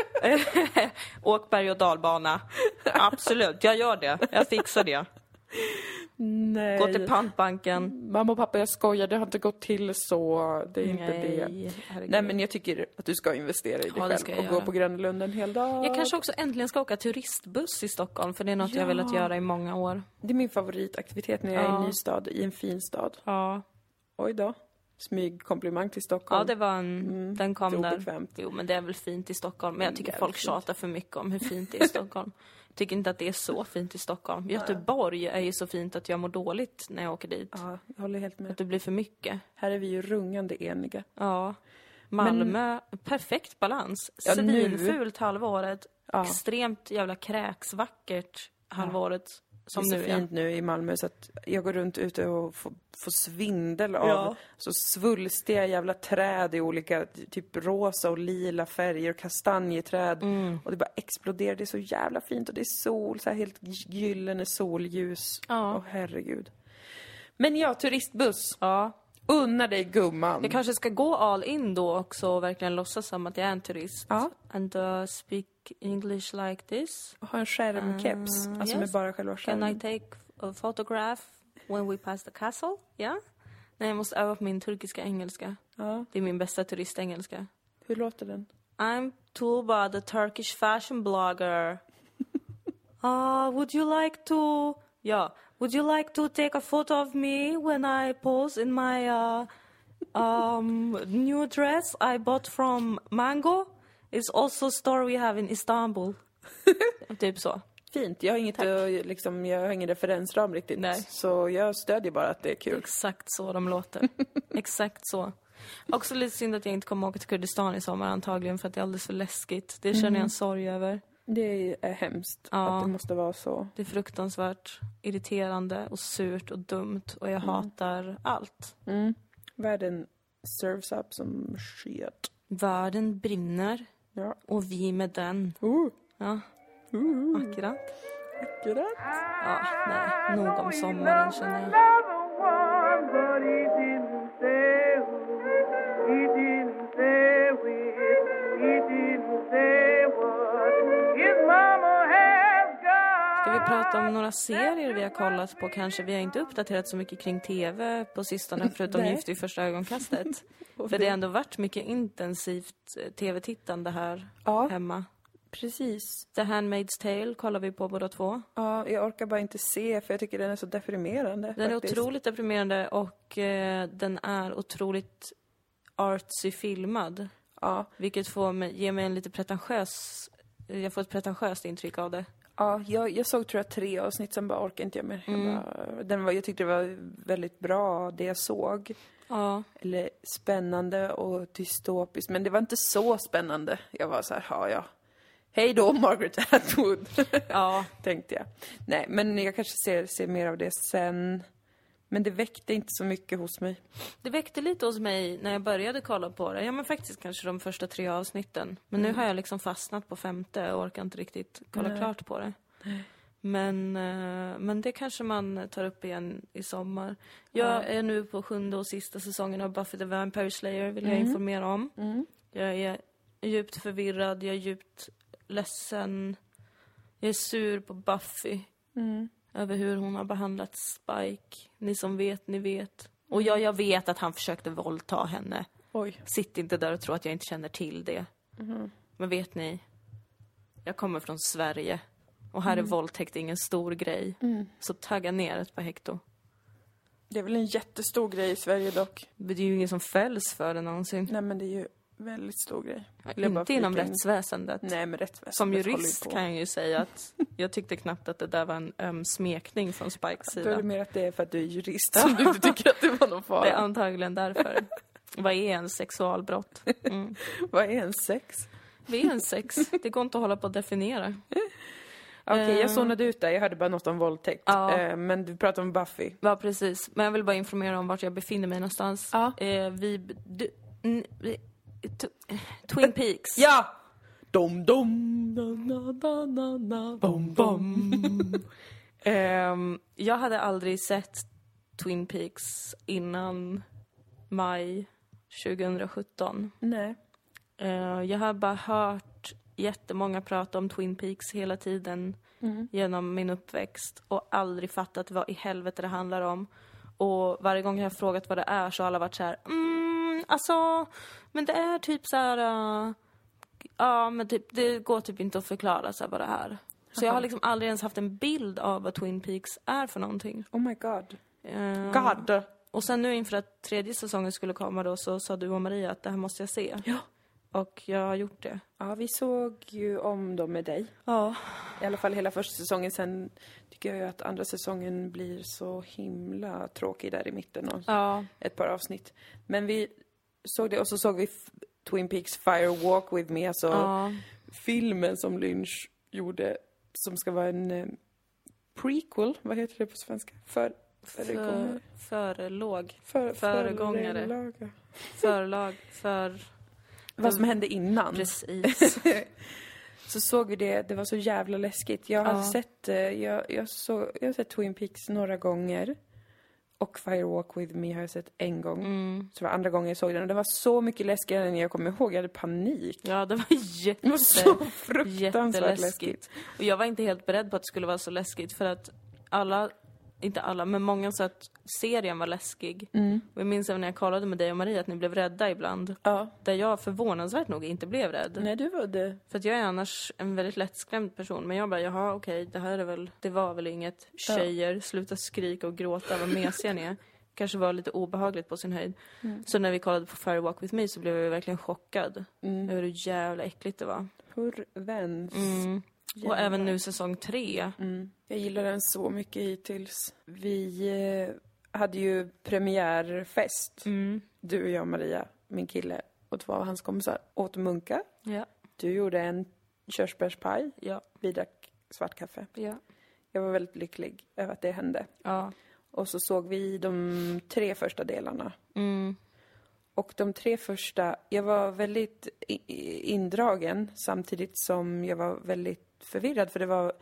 Åk berg- och dalbana. Absolut, jag gör det. Jag fixar det. Nej. Gå till pantbanken. Mamma och pappa, jag skojar. Det har inte gått till så. Det är inte Nej, det. Herregud. Nej, men jag tycker att du ska investera i dig ja, själv. Och göra. gå på Gröna Lund en hel dag. Jag kanske också äntligen ska åka turistbuss i Stockholm. För det är något ja. jag velat göra i många år. Det är min favoritaktivitet när jag ja. är i en ny stad. I en fin stad. Ja. Oj då. Smyg komplimang till Stockholm. Ja, det var en... Mm, den kom där. Bekvämt. Jo, men det är väl fint i Stockholm. Men jag tycker folk fint. tjatar för mycket om hur fint det är i Stockholm. Jag tycker inte att det är så fint i Stockholm. Nej. Göteborg är ju så fint att jag mår dåligt när jag åker dit. Ja, jag håller helt med. Att det blir för mycket. Här är vi ju rungande eniga. Ja. Malmö, men... perfekt balans. Ja, svinfult halvåret. Ja. Extremt jävla kräksvackert halvåret. Ja. Som det är nu så fint nu i Malmö så att jag går runt ute och får, får svindel av ja. så svulstiga jävla träd i olika typ rosa och lila färger och kastanjeträd. Mm. Och det bara exploderar. Det är så jävla fint och det är sol, så här helt gyllene solljus. Ja. Åh, herregud. Men ja, turistbuss. Ja. Unna dig, gumman. Jag kanske ska gå all in då också och verkligen låtsas som att jag är en turist. Ja. And uh, speak English like this. Och ha en skärmkeps. Uh, alltså yes. med bara själva skärmen. Can I take a photograph when we pass the castle? Ja. Yeah? Nej, jag måste öva på min turkiska engelska. Ja. Det är min bästa turistengelska. Hur låter den? I'm Tuba, the Turkish fashion blogger. uh, would you like to... Ja. Would you like to take a photo of me when I pose in my uh, um, new dress I bought from Mango? It's also a store we have in Istanbul. Typ så. Fint. Jag har inget uh, liksom, jag har ingen referensram riktigt. Nej. Så jag stödjer bara att det är kul. Exakt så de låter. Exakt så. Också lite synd att jag inte kommer åka till Kurdistan i sommar antagligen för att det är alldeles för läskigt. Det känner jag en sorg över. Det är hemskt ja, att det måste vara så. Det är fruktansvärt irriterande och surt och dumt. Och jag mm. hatar allt. Mm. Världen serves up som shit. Världen brinner. Ja. Och vi med den. Uh. Ja. Uh. Akkurat. Akkurat. Ja, nej. Nog om sommaren känner jag. Ska vi prata om några serier vi har kollat på kanske? Vi har inte uppdaterat så mycket kring tv på sistone förutom Gift vid första ögonkastet. För det har ändå varit mycket intensivt tv-tittande här ja, hemma. Precis. The Handmaid's Tale kollar vi på båda två. Ja, jag orkar bara inte se för jag tycker den är så deprimerande. Den faktiskt. är otroligt deprimerande och eh, den är otroligt artsy filmad. Ja. Vilket får mig, ger mig en lite pretentiös... Jag får ett pretentiöst intryck av det. Ja, jag, jag såg tror jag tre avsnitt, sen bara orkar inte jag mer. Mm. Jag, bara, den var, jag tyckte det var väldigt bra det jag såg. Ja. Eller spännande och dystopiskt. Men det var inte så spännande. Jag var så här, ja ja. Hej då Margaret Atwood. Ja. Tänkte jag. Nej, men jag kanske ser, ser mer av det sen. Men det väckte inte så mycket hos mig. Det väckte lite hos mig när jag började kolla på det. Ja, men faktiskt kanske de första tre avsnitten. Men mm. nu har jag liksom fastnat på femte och orkar inte riktigt kolla Nej. klart på det. Nej. Men, men det kanske man tar upp igen i sommar. Jag ja. är nu på sjunde och sista säsongen av Buffy the Vampire Slayer, vill jag mm. informera om. Mm. Jag är djupt förvirrad, jag är djupt ledsen. Jag är sur på Buffy. Mm. Över hur hon har behandlat Spike. Ni som vet, ni vet. Och jag, jag vet att han försökte våldta henne. Oj. Sitt inte där och tro att jag inte känner till det. Mm. Men vet ni, jag kommer från Sverige. Och här mm. är våldtäkt ingen stor grej. Mm. Så tagga ner ett par hekto. Det är väl en jättestor grej i Sverige dock. Det är ju ingen som fälls för det någonsin. Nej, men det är ju väldigt stor grej. Ja, inte inom rättsväsendet. Nej, men rättsväsendet. Som jurist kan jag ju säga att jag tyckte knappt att det där var en öm smekning från Spikes sida. Då är det mer att det är för att du är jurist som du inte tycker att det var någon fara. Det är antagligen därför. Vad är en sexualbrott? Mm. Vad är en sex? Vad är en sex? Det går inte att hålla på att definiera. Okej, okay, jag zonade ut där. Jag hörde bara något om våldtäkt. Ja. Men du pratade om Buffy. Ja, precis. Men jag vill bara informera om vart jag befinner mig någonstans. Ja. Eh, vi... Du, n, t, Twin Peaks. Ja! Dom, dom, na, na, na, na, bom, bom. um, jag hade aldrig sett Twin Peaks innan maj tjugohundrasjutton. Nej. Uh, jag har bara hört jättemånga prata om Twin Peaks hela tiden mm. genom min uppväxt och aldrig fattat vad i helvete det handlar om. Och varje gång jag har frågat vad det är så har alla varit så här, mm, alltså, men det är typ så här, uh, ja, men typ, det går typ inte att förklara så här vad det är. Så jag har liksom aldrig ens haft en bild av vad Twin Peaks är för någonting. Oh my god. Uh, God. Och sen nu inför att tredje säsongen skulle komma då så sa du och Maria att det här måste jag se. Ja. Och jag har gjort det. Ja, vi såg ju om dem med dig. Ja. I alla fall hela första säsongen. Sen tycker jag ju att andra säsongen blir så himla tråkig där i mitten. Och ja. Ett par avsnitt. Men vi såg det och så såg vi Twin Peaks Fire Walk With Me. Alltså ja. filmen som Lynch gjorde som ska vara en eh, prequel. Vad heter det på svenska? För... För, förelåg. För, Föregångare. Förelaga. Förlag. För... Vad som hände innan. Precis. Så såg vi det, det var så jävla läskigt. Jag har ja. sett jag, jag, så, jag har sett Twin Peaks några gånger. Och Fire Walk With Me har jag sett en gång. Mm. Så det var andra gången jag såg den. Och det var så mycket läskigare än jag kommer ihåg. Jag hade panik. Ja, det var jätte, det var så fruktansvärt läskigt. Och jag var inte helt beredd på att det skulle vara så läskigt. För att alla... Inte alla, men många sa att serien var läskig. Mm. Och jag minns även när jag kollade med dig och Maria att ni blev rädda ibland. Ja. Där jag förvånansvärt nog inte blev rädd. Nej, du var det. För att jag är annars en väldigt lättskrämd person. Men jag bara, jaha okej, det här är väl, det var väl inget. Tjejer, ja. Sluta skrika och gråta, vad mesiga ni är. Kanske var lite obehagligt på sin höjd. Mm. Så när vi kollade på Fire Walk With Me så blev jag verkligen chockad. Mm. Över hur jävla äckligt det var. Hur väns. Mm. Och även nu säsong tre. Mm. Jag gillar den så mycket hittills. Vi eh, hade ju premiärfest. Mm. Du och jag, Maria, min kille och två av hans kompisar åt munka. Ja. Du gjorde en körsbärspaj. Ja. Vi drack svart kaffe. Ja. Jag var väldigt lycklig över att det hände. Ja. Och så såg vi de tre första delarna. Mm. Och de tre första, jag var väldigt indragen samtidigt som jag var väldigt förvirrad. För det var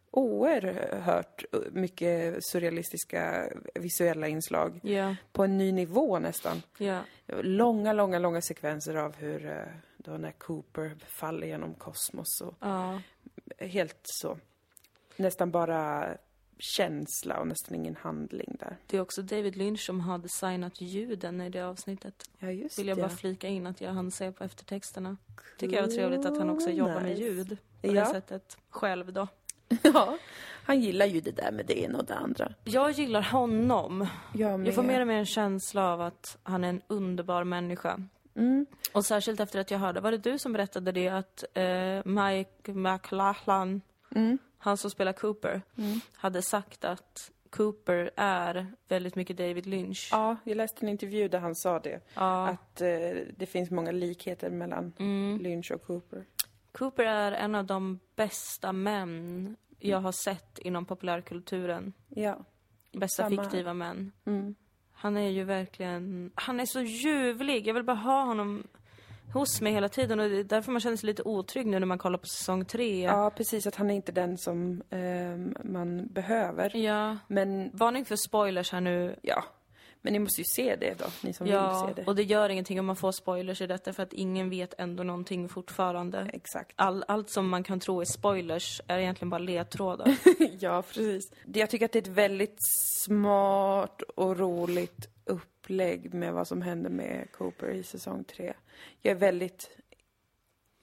oerhört mycket surrealistiska visuella inslag. Yeah. På en ny nivå nästan. Yeah. Långa, långa, långa sekvenser av hur då när Cooper faller genom kosmos. Och uh. Helt så. Nästan bara känsla och nästan ingen handling där. Det är också David Lynch som har designat ljuden i det avsnittet. Ja, just Vill jag det. bara flika in att jag hann se på eftertexterna. Cool. Tycker jag var trevligt att han också jobbar nice. med ljud. På ja. det sättet. Själv då. Ja, han gillar ju det där med det ena och det andra. Jag gillar honom. Jag, jag får mer och mer en känsla av att han är en underbar människa. Mm. Och särskilt efter att jag hörde, var det du som berättade det att eh, Mike McLachlan, mm. han som spelar Cooper, mm. hade sagt att Cooper är väldigt mycket David Lynch. Ja, jag läste en intervju där han sa det. Ja. Att eh, det finns många likheter mellan mm. Lynch och Cooper. Cooper är en av de bästa män jag har sett inom populärkulturen. Ja. Bästa Samma. fiktiva män. Mm. Han är ju verkligen... Han är så ljuvlig. Jag vill bara ha honom hos mig hela tiden. Och det är därför man känner sig lite otrygg nu när man kollar på säsong tre. Ja, precis. Att han är inte den som eh, man behöver. Ja. Men... Varning för spoilers här nu. Ja. Men ni måste ju se det då, ni som ja, vill se det. Och det gör ingenting om man får spoilers i detta för att ingen vet ändå någonting fortfarande. Exakt. All, allt som man kan tro är spoilers är egentligen bara ledtrådar. Ja, precis. Jag tycker att det är ett väldigt smart och roligt upplägg med vad som händer med Cooper i säsong tre. Jag är väldigt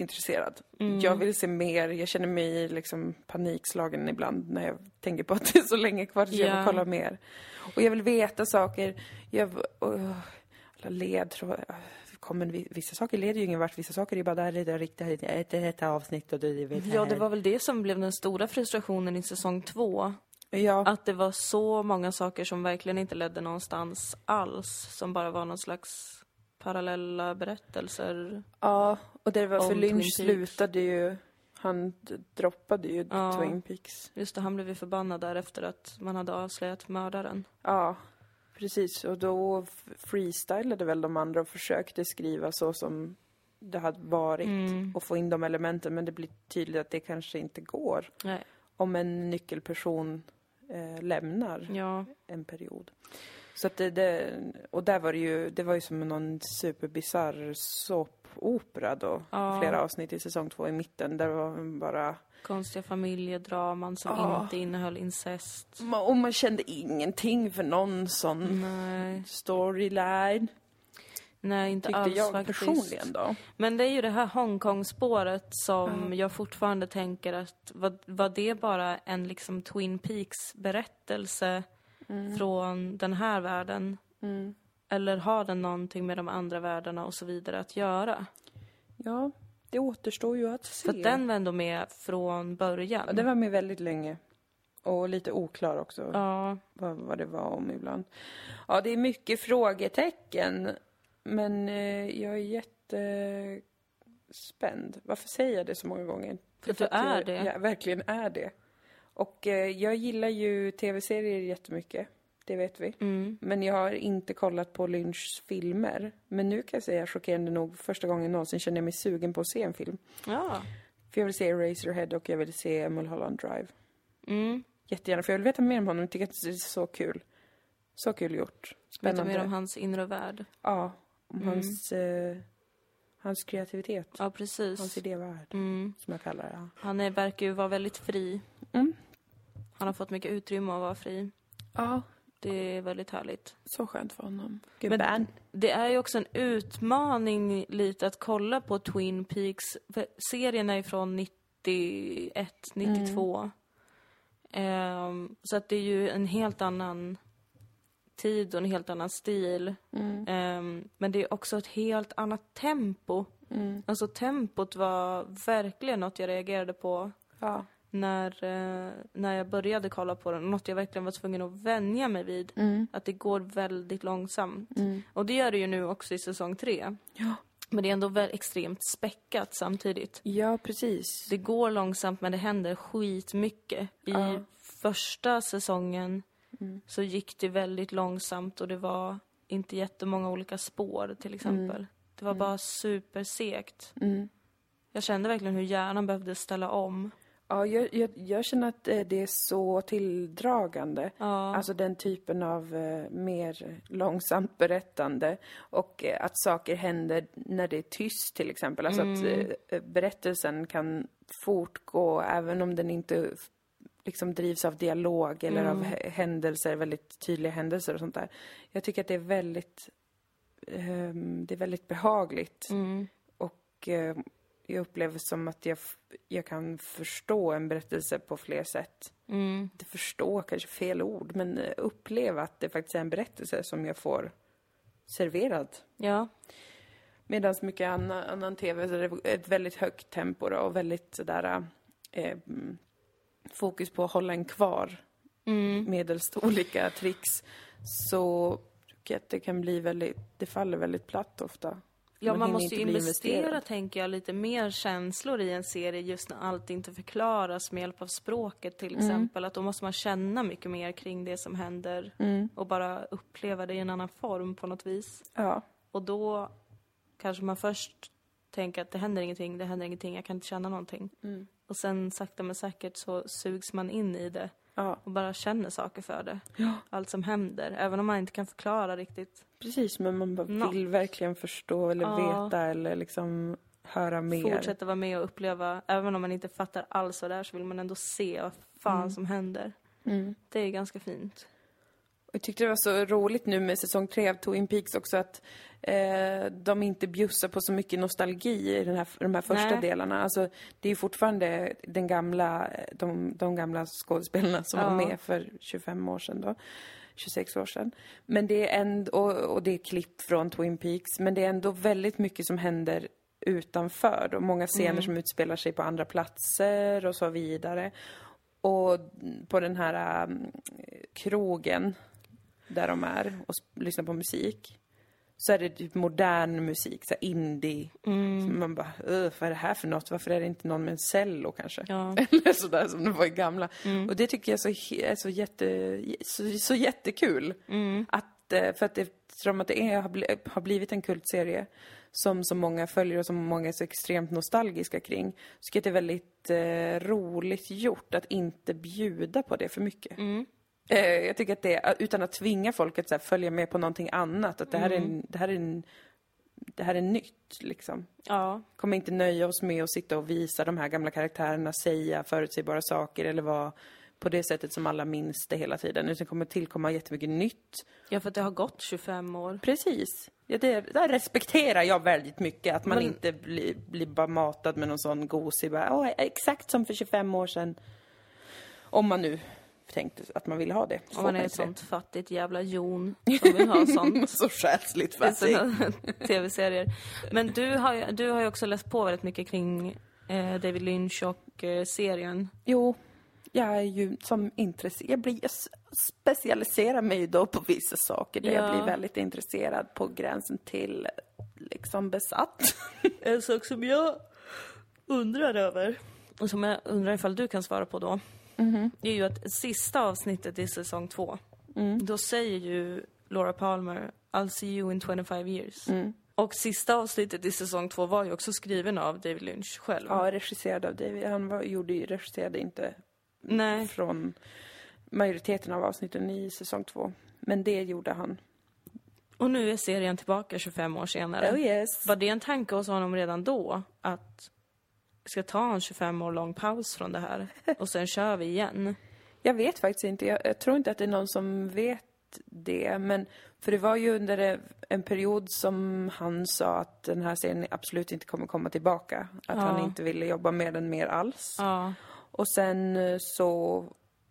intresserad. Mm. Jag vill se mer. Jag känner mig liksom panikslagen ibland när jag tänker på att det är så länge kvar tills Ja. jag får kolla mer. Och jag vill veta saker. Jag, uh, alla ledtrådar. Kommer vissa saker leder ju ingen vart. Vissa saker är bara där det är riktigt ett, ett avsnitt och det vet Ja, det var väl det som blev den stora frustrationen i säsong två. Ja. Att det var så många saker som verkligen inte ledde någonstans alls. Som bara var någon slags parallella berättelser. Ja, och det var för Om Lynch Twin Peaks. slutade ju, han d- droppade ju Ja. Twin Peaks. Just det, han blev ju förbannad där efter att man hade avslöjat mördaren. Ja, precis. Och då f- freestylade väl de andra och försökte skriva så som det hade varit. Mm. Och få in de elementen, men det blir tydligt att det kanske inte går. Nej. Om en nyckelperson eh, lämnar Ja. en period. Så att det, det, och där var det ju, det var ju som någon superbizarr såpopera då. Ja. Flera avsnitt i säsong två i mitten. Där var bara... Konstiga familjedraman som Ja. inte innehöll incest. Ma- Och man kände ingenting för någon sån Nej. storyline. Nej, inte Tyckte alls jag faktiskt. personligen då. Men det är ju det här Hongkong-spåret som jag fortfarande tänker att var, var det bara en liksom Twin Peaks-berättelse från den här världen? Mm. Eller har den någonting med de andra världarna och så vidare att göra? Ja, det återstår ju att se. För att den var ändå med från början. Ja, det var med väldigt länge. Och lite oklar också. Ja, Vad, vad det var om ibland. Ja, det är mycket frågetecken. Men eh, jag är jättespänd. Varför säger jag det så många gånger? För att du är jag, det. Jag verkligen är det. Och eh, jag gillar ju tv-serier jättemycket. Det vet vi. mm. Men jag har inte kollat på Lynchs filmer. Men nu kan jag säga chockerande nog, första gången någonsin känner jag mig sugen på att se en film. Ja. För jag vill se Eraserhead och jag vill se Mulholland Drive. Mm. Jättegärna, för jag vill veta mer om honom. Jag tycker att det är så kul. Så kul gjort. Lite Spännande. mer om hans inre värld. Ja, om Mm. hans, eh, hans kreativitet. Ja, precis. Hans idévärld, Mm. som jag kallar det. Ja. Han är, verkar ju vara väldigt fri. Mm. Han har fått mycket utrymme att vara fri. Ja, Det är väldigt härligt. så skönt för honom. Men Gubben. det är ju också en utmaning lite att kolla på Twin Peaks. För serien är ju från nittioett, nittiotvå. Ehm, så att det är ju en helt annan tid och en helt annan stil. Mm. Ehm, men det är också ett helt annat tempo. Mm. Alltså tempot var verkligen något jag reagerade på Ja. när, eh, när jag började kolla på den. Något jag verkligen var tvungen att vänja mig vid. Mm. Att det går väldigt långsamt. Mm. Och det gör det ju nu också i säsong tre. Ja. Men det är ändå väl extremt späckat samtidigt. Ja, precis. Det går långsamt men det händer skitmycket. I Ja. första säsongen Mm. så gick det väldigt långsamt och det var inte jättemånga olika spår till exempel. Det var bara supersegt. Mm. Jag kände verkligen hur hjärnan behövde ställa om. Ja, jag, jag, jag känner att eh, det är så tilldragande. Ja, Alltså den typen av eh, mer långsamt berättande. Och eh, att saker händer när det är tyst till exempel. Alltså att eh, berättelsen kan fortgå även om den inte f- liksom drivs av dialog eller av h- händelser, väldigt tydliga händelser och sånt där. Jag tycker att det är väldigt, ehm, det är väldigt behagligt. mm. Och eh, jag upplever som att jag, f- jag kan förstå en berättelse på fler sätt. Mm. Inte förstå kanske fel ord, men eh, uppleva att det faktiskt är en berättelse som jag får serverad. Ja, Medan mycket annan, annan tv så är det ett väldigt högt tempo då, och väldigt sådär eh, mm, fokus på att hålla en kvar mm. medelst olika tricks. Så tycker jag att det kan bli väldigt, det faller väldigt platt ofta. Ja, man hinner måste ju inte bli investera, investerad. tänker jag, lite mer känslor i en serie just när allt inte förklaras med hjälp av språket till exempel. Att då måste man känna mycket mer kring det som händer Mm. och bara uppleva det i en annan form på något vis. Ja. Och då kanske man först tänker att det händer ingenting, det händer ingenting, jag kan inte känna någonting. Mm. Och sen sakta men säkert så sugs man in i det Ja. och bara känner saker för det. Ja. Allt som händer, även om man inte kan förklara riktigt. Precis, men man bara Något. vill verkligen förstå eller Ja. veta eller liksom höra mer. Fortsätta vara med och uppleva, även om man inte fattar alls vad det är så vill man ändå se vad fan som händer. Mm. Det är ganska fint. Jag tyckte det var så roligt nu med säsong tre av Twin Peaks också att eh, de inte bjussar på så mycket nostalgi i den här, de här första Nej. delarna. Alltså, det är ju fortfarande den gamla, de, de gamla skådespelarna som Ja. var med för tjugofem år sedan då. tjugosex år sedan. Men det är ändå, och, och det är klipp från Twin Peaks, men det är ändå väldigt mycket som händer utanför. Och många scener mm. som utspelar sig på andra platser och så vidare. Och på den här um, krogen där de är och lyssnar på musik, så är det typ modern musik, så indie. Mm. Så man bara, vad är det här för något? Varför är det inte någon med en cello kanske? Ja. Eller sådär som det var i gamla. Mm. Och det tycker jag så, är så, jätte, så, så jättekul. Mm. Att, för att eftersom att det är, har blivit en kultserie som så många följer och som många är så extremt nostalgiska kring, så tycker jag att det är väldigt eh, roligt gjort att inte bjuda på det för mycket. Mm. Eh, jag tycker att det, utan att tvinga folk att så här, följa med på någonting annat, att det här, mm. är, en, det här, är, en, det här är nytt liksom. Ja. Kommer inte nöja oss med att sitta och visa de här gamla karaktärerna, säga förutsägbara saker eller vara på det sättet som alla minns det hela tiden. Utan det kommer tillkomma jättemycket nytt. Ja, för att det har gått tjugofem år. Precis. Ja, det, där respekterar jag väldigt mycket. Att man Men... inte blir, blir bara matad med någon sån gosig. Bara, Åh, exakt som för tjugofem år sedan. Om man nu tänkte att man ville ha det. Om man är ett sånt fattigt jävla jon som vill ha sånt. Så själsligt fattig. Tv-serier. Men du har, ju, du har ju också läst på väldigt mycket kring eh, David Lynch och eh, serien. Jo. Jag är ju som intresserad, jag blir jag specialiserar mig då på vissa saker där ja. Jag blir väldigt intresserad på gränsen till liksom besatt. En sak som jag undrar över och som jag undrar ifall du kan svara på då mm-hmm. är ju att sista avsnittet i säsong två mm. då säger ju Laura Palmer I'll see you in twenty-five years. Mm. Och sista avsnittet i säsong två var ju också skriven av David Lynch själv. Ja, regisserad av David. Han var, gjorde ju, regisserade inte Nej. Från majoriteten av avsnitten i säsong två. Men det gjorde han. Och nu är serien tillbaka tjugofem år senare. Oh yes. Var det en tanke hos honom redan då? Att ska ta en tjugofem år lång paus från det här? Och sen kör vi igen? Jag vet faktiskt inte. Jag, jag tror inte att det är någon som vet det. Men för det var ju under en period som han sa att den här serien absolut inte kommer komma tillbaka. Att ja. Han inte ville jobba med den mer alls. Ja. Och sen så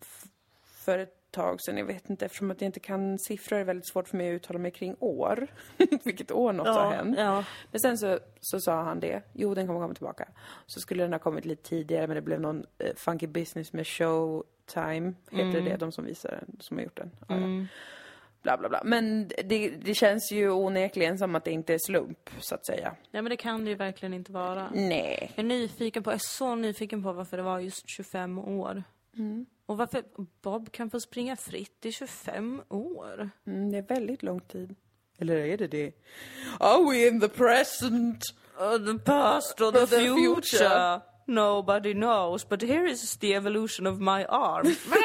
för ett tag sedan, jag vet inte, eftersom att jag inte kan siffror, är det väldigt svårt för mig att uttala mig kring år. Vilket år något ja, har hänt. Ja. Men sen så, så sa han det. Jo, den kommer komma tillbaka. Så skulle den ha kommit lite tidigare, men det blev någon uh, funky business med Showtime. Heter mm. det, de som visar den, som har gjort den. Ja, mm. ja. Bla, bla, bla. Men det, det känns ju onekligen som att det inte är slump, så att säga. Ja, men det kan det ju verkligen inte vara. Nej. Jag är nyfiken på, jag är så nyfiken på varför det var just tjugofem år. Mm. Och varför Bob kan få springa fritt i tjugofem år. Mm, det är väldigt lång tid. Eller är det det? Are we in the present? Or the past or the, the future? future? Nobody knows, but here is the evolution of my arm.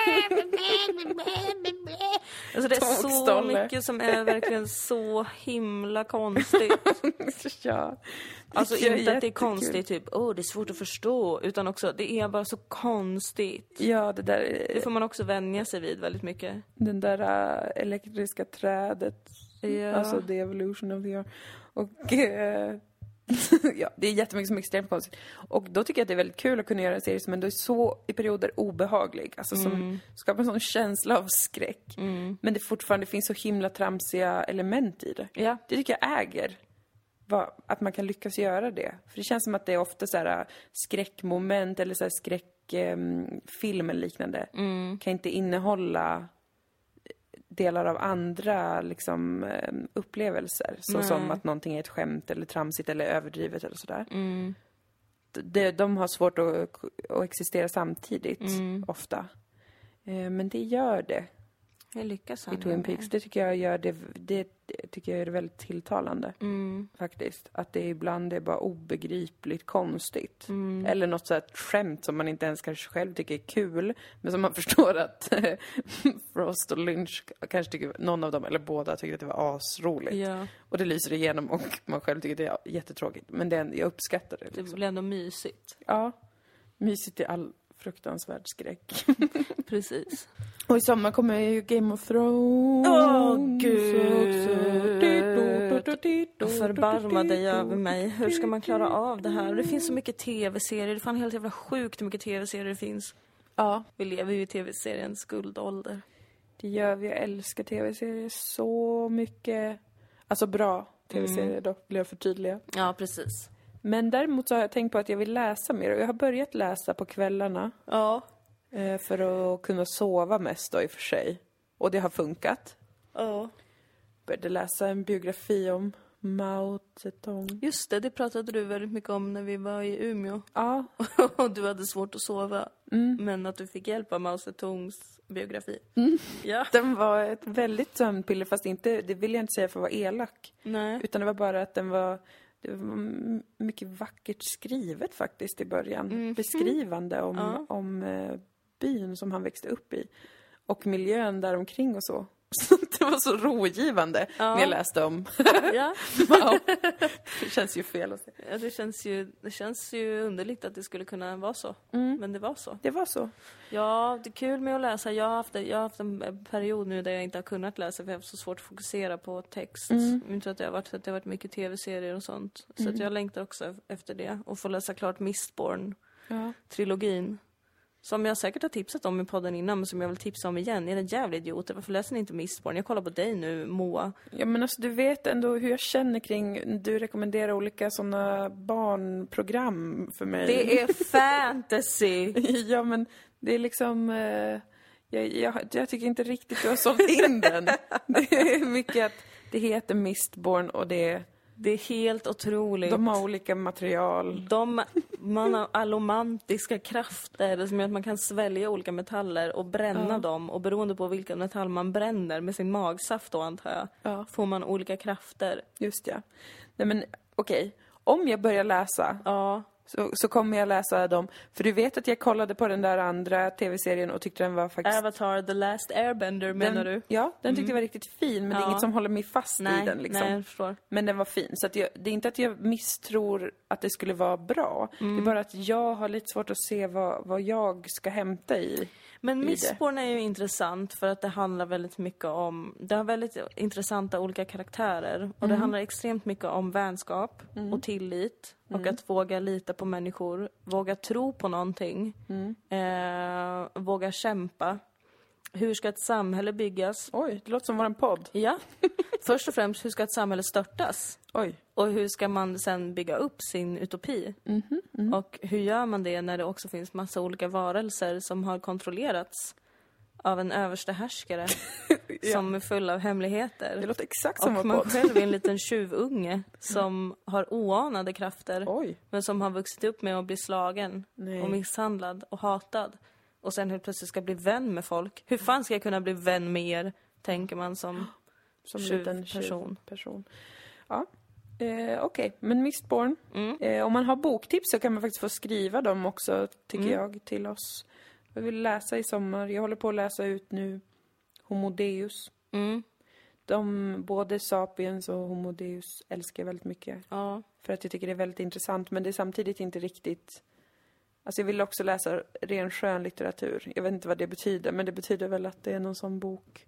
Alltså det är så mycket som är verkligen så himla konstigt. Ja. Alltså inte att det är konstigt typ, åh oh, det är svårt att förstå, utan också det är bara så konstigt. Ja, det där det får man också vänja sig vid väldigt mycket. Den där uh, elektriska trädet. Ja. Alltså the evolution of the arm. Och uh, ja, det är jättemycket som är extremt konstigt. Och då tycker jag att det är väldigt kul att kunna göra en serie som ändå är så i perioder obehaglig. Alltså som mm. skapar en sån känsla av skräck. Mm. Men det fortfarande finns så himla tramsiga element i det. Ja. Det tycker jag äger. Va, att man kan lyckas göra det. För det känns som att det är ofta så här skräckmoment eller så här skräckfilm eller liknande. Mm. Kan inte innehålla delar av andra liksom, upplevelser. Så som att någonting är ett skämt eller tramsigt eller överdrivet eller sådär. Mm. De, de har svårt att, att existera samtidigt, mm. ofta. Men det gör det. Jag lyckas i Twin Peaks. Det tycker jag gör det, det, det tycker jag är väldigt tilltalande. Mm. Faktiskt. Att det ibland är bara obegripligt konstigt. Mm. Eller något så här skämt som man inte ens kanske själv tycker är kul. Men som man förstår att Frost och Lynch kanske tycker, någon av dem eller båda tycker att det var asroligt. Ja. Och det lyser igenom och man själv tycker att det är jättetråkigt. Men det är, jag uppskattar det. Liksom. Det blir ändå mysigt. Ja. Mysigt i all fruktansvärd skräck. Precis. Och i sommar kommer ju Game of Thrones. Åh, oh, gud. Förbarma dig över mig. Hur ska man klara av det här? Det finns så mycket tv-serier. Det är fan helt jävla sjukt hur mycket tv-serier det finns. Ja. Vi lever ju i tv-seriens guldålder. Det gör vi. Jag älskar tv-serier så mycket. Alltså bra tv-serier mm. då, blir jag förtydliga. Ja, precis. Men däremot så har jag tänkt på att jag vill läsa mer. Och jag har börjat läsa på kvällarna. Ja. För att kunna sova mest då i och för sig. Och det har funkat. Ja. Började läsa en biografi om Mao Zedong. Just det, det pratade du väldigt mycket om när vi var i Umeå. Ja. Och du hade svårt att sova. Mm. Men att du fick hjälp av Mao Zedongs biografi. Mm. Ja. Den var ett väldigt sömnpiller, fast inte, det vill jag inte säga för att vara elak. Nej. Utan det var bara att den var, det var mycket vackert skrivet faktiskt i början. Mm. Beskrivande om, ja. om eh, byn som han växte upp i. Och miljön där omkring och så. Så det var så rogivande ja. när jag läste om. Ja. Wow. Det känns ju fel att säga. Ja, det känns ju, det känns ju underligt att det skulle kunna vara så. Mm. Men det var så. Det var så. Ja, det är kul med att läsa. Jag har haft, jag har haft en period nu där jag inte har kunnat läsa för jag har haft så svårt att fokusera på text. Mm. Jag tror att det har varit för att det har varit mycket tv-serier och sånt. Så Mm. att jag längtar också efter det. Och få läsa klart Mistborn-trilogin. Ja. Som jag säkert har tipsat om i podden innan, men som jag vill tipsa om igen. Är det jävla idioter? Varför läser ni inte Mistborn? Jag kollar på dig nu, Moa. Ja, men alltså du vet ändå hur jag känner kring... Du rekommenderar olika sådana barnprogram för mig. Det är fantasy! Ja, men det är liksom... Eh, jag, jag, jag tycker inte riktigt du har sålt in den. Det är mycket att det heter Mistborn och det... Det är helt otroligt. De har olika material. De, man har allomantiska krafter som gör att man kan svälja olika metaller och bränna ja. dem. Och beroende på vilken metall man bränner med sin magsaft då, antar jag, ja. får man olika krafter. Just ja. Nej men okej, okay. Om jag börjar läsa ja. så, så kommer jag läsa dem. För du vet att jag kollade på den där andra tv-serien och tyckte den var faktiskt... Avatar, The Last Airbender menar den, du? Ja, den tyckte mm. jag var riktigt fin. Men ja. det är inget som håller mig fast nej, i den liksom. Nej, jag förstår. Men den var fin. Så att jag, det är inte att jag misstror att det skulle vara bra. Mm. Det är bara att jag har lite svårt att se vad, vad jag ska hämta i. Men Mistborn är ju intressant för att det handlar väldigt mycket om... Det har väldigt intressanta olika karaktärer. Och mm. det handlar extremt mycket om vänskap mm. och tillit. Och mm. att våga lita på människor. Våga tro på någonting. Mm. Eh, våga kämpa. Hur ska ett samhälle byggas? Oj, det låter som vår podd. Ja. Först och främst, hur ska ett samhälle störtas? Oj. Och hur ska man sen bygga upp sin utopi? Mm-hmm, mm-hmm. Och hur gör man det när det också finns massa olika varelser som har kontrollerats av en överste härskare ja. som är full av hemligheter? Det låter exakt som vår podd. Och man själv är en liten tjuvunge som mm. har oanade krafter. Oj. Men som har vuxit upp med att bli slagen Nej. och misshandlad och hatad. Och sen helt plötsligt ska bli vän med folk. Hur fan ska jag kunna bli vän med er, tänker man som, som liten person. person. Ja, eh, okej. Okay. Men Mistborn. Mm. Eh, om man har boktips så kan man faktiskt få skriva dem också, tycker mm. jag, till oss. Jag vill läsa i sommar. Jag håller på att läsa ut nu Homo Deus. Mm. De, både Sapiens och Homo Deus älskar jag väldigt mycket. Ja. För att jag tycker det är väldigt intressant. Men det är samtidigt inte riktigt... Alltså jag vill också läsa ren skönlitteratur. Jag vet inte vad det betyder, men det betyder väl att det är någon sån bok.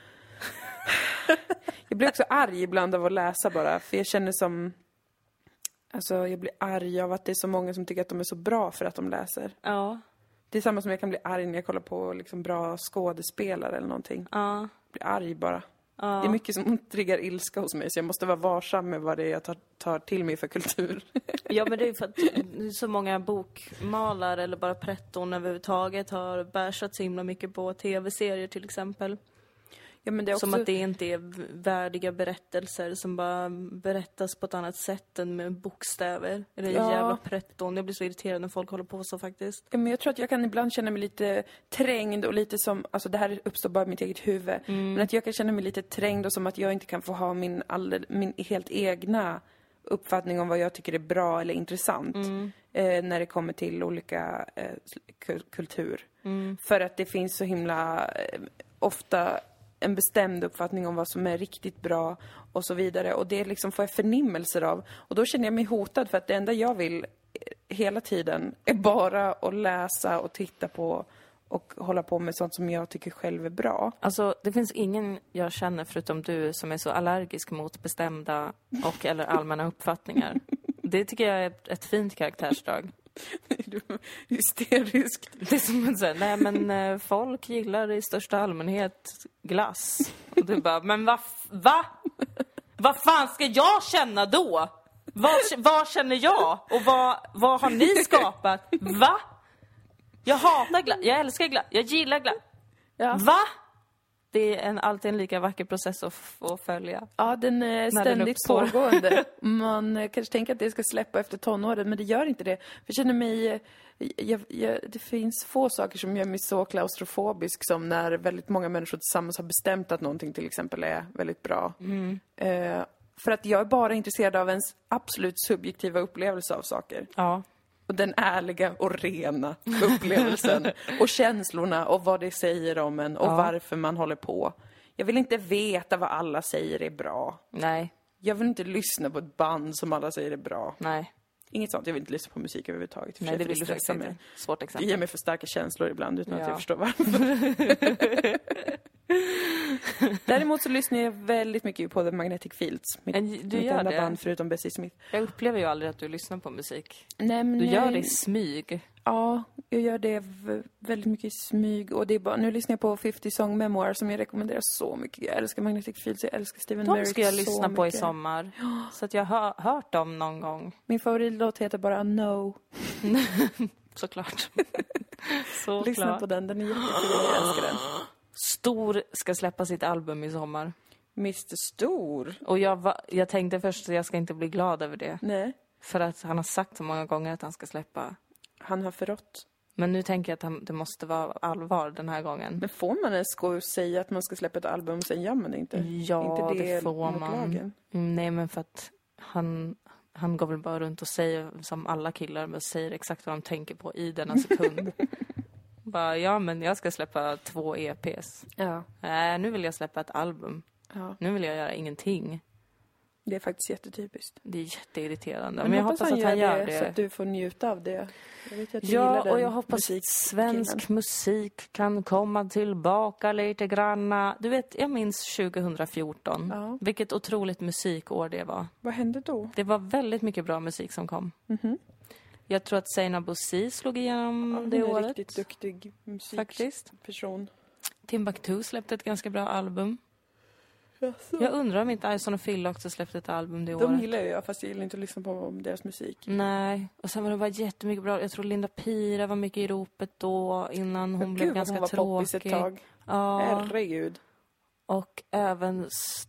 Jag blir också arg ibland av att läsa bara. För jag känner som... Alltså jag blir arg av att det är så många som tycker att de är så bra för att de läser. Ja. Det är samma som jag kan bli arg när jag kollar på liksom bra skådespelare eller någonting. Ja. Jag blir arg bara. Ja. Det är mycket som triggar ilska hos mig, så jag måste vara varsam med vad det är jag tar, tar till mig för kultur. Ja, men det är för att så många bokmalare eller bara pretton överhuvudtaget har bärsat så himla mycket på tv-serier till exempel. Ja, men det är också... Som att det inte är värdiga berättelser som bara berättas på ett annat sätt än med bokstäver. Eller ja. jävla pretton. Jag blir så irriterad när folk håller på så faktiskt. Ja, men jag tror att jag kan ibland känna mig lite trängd och lite som... Alltså det här uppstår bara i mitt eget huvud. Mm. Men att jag kan känna mig lite trängd och som att jag inte kan få ha min, all, min helt egna uppfattning om vad jag tycker är bra eller intressant. Mm. Eh, när det kommer till olika eh, kultur. Mm. För att det finns så himla eh, ofta... en bestämd uppfattning om vad som är riktigt bra och så vidare. Och det liksom får jag förnimmelser av. Och då känner jag mig hotad för att det enda jag vill hela tiden är bara att läsa och titta på och hålla på med sånt som jag tycker själv är bra. Alltså, det finns ingen jag känner förutom du som är så allergisk mot bestämda och eller allmänna uppfattningar. Det tycker jag är ett fint karaktärsdrag. Du är hysteriskt. Det är som att säga, nej men eh, folk gillar i största allmänhet glass. Och du bara, men va? Va? Vad fan ska jag känna då? Vad, vad känner jag? Och vad, vad har ni skapat? Va? Jag hatar glass, jag älskar glass, jag gillar glass. Ja. Va? Det är en, alltid en lika vacker process att, f- att följa. Ja, den är ständigt den pågående. Man eh, kanske tänker att det ska släppa efter tonåren, men det gör inte det. För jag känner mig... eh, Jag, jag, det finns få saker som gör mig så klaustrofobisk som när väldigt många människor tillsammans har bestämt att någonting till exempel är väldigt bra. Mm. Eh, för att jag är bara intresserad av ens absolut subjektiva upplevelse av saker. Ja. Och den ärliga och rena upplevelsen. Och känslorna och vad det säger om en och Ja. varför man håller på. Jag vill inte veta vad alla säger är bra. Nej, Jag vill inte lyssna på ett band som alla säger är bra. nej. Inget sånt. Jag vill inte lyssna på musik överhuvudtaget. Nej, det vill du stressar faktiskt mig. inte. Svårt Det exempel. ger mig för starka känslor ibland utan Ja. att jag förstår varför. Däremot så lyssnar jag väldigt mycket på The Magnetic Fields. Mitt, Men du mitt gör enda det? band förutom Bessie Smith. Jag upplever ju aldrig att du lyssnar på musik. Nej, men Du gör nej. det i smyg. Ja, jag gör det v- väldigt mycket i smyg. Och det är bara, nu lyssnar jag på fifty Song Memoir som jag rekommenderar så mycket. Jag älskar Magnetic Fields, jag älskar Steven De Merrick ska jag så lyssna på i mycket. sommar. Så att jag har hört dem någon gång. Min favoritlåt heter bara No. Såklart. Lyssna Såklart. på den, den är jättefin, jag älskar den. Stor ska släppa sitt album i sommar. mister Stor? Och jag, va, jag tänkte först att jag ska inte bli glad över det. Nej, För att han har sagt så många gånger att han ska släppa. han har förrått. Men nu tänker jag att han, det måste vara allvar den här gången. Men får man ens gå och säga att man ska släppa ett album och sen gör man det inte? Ja, inte det, får mot man. lagen? Mm, nej, men för att han, han går väl bara runt och säger, som alla killar, men säger exakt vad de tänker på i denna sekund. Bara, ja, men jag ska släppa två E P:s. Ja. Nej, nu vill jag släppa ett album. Ja, Nu vill jag göra ingenting. det är faktiskt jättetypiskt. Det är jätteirriterande. Men, Men jag hoppas hoppas han att han gör gör det, det. så att du får njuta av det. Jag vet ju att du Ja, gillar den och jag hoppas att musikkillen. svensk musik kan komma tillbaka lite granna. Du vet, jag minns tjugo fjorton. Ja. Vilket otroligt musikår det var. Vad hände då? Det var väldigt mycket bra musik som kom. Mhm. Jag tror att Zeina Bouzid slog igenom Ja, hon det är året. riktigt duktig Faktiskt. musikperson. Timbuktu släppte ett ganska bra album. Jaså? Jag undrar om inte Ison och Phil också släppte ett album det De året. gillar jag, fast jag gillar inte att lyssna på deras musik. Nej, och sen var det bara jättemycket bra. Jag tror Linda Pira var mycket i ropet då innan hon Men blev gud, vad ganska hon var poppis tråkig. ett tag. Ja, Herregud. och även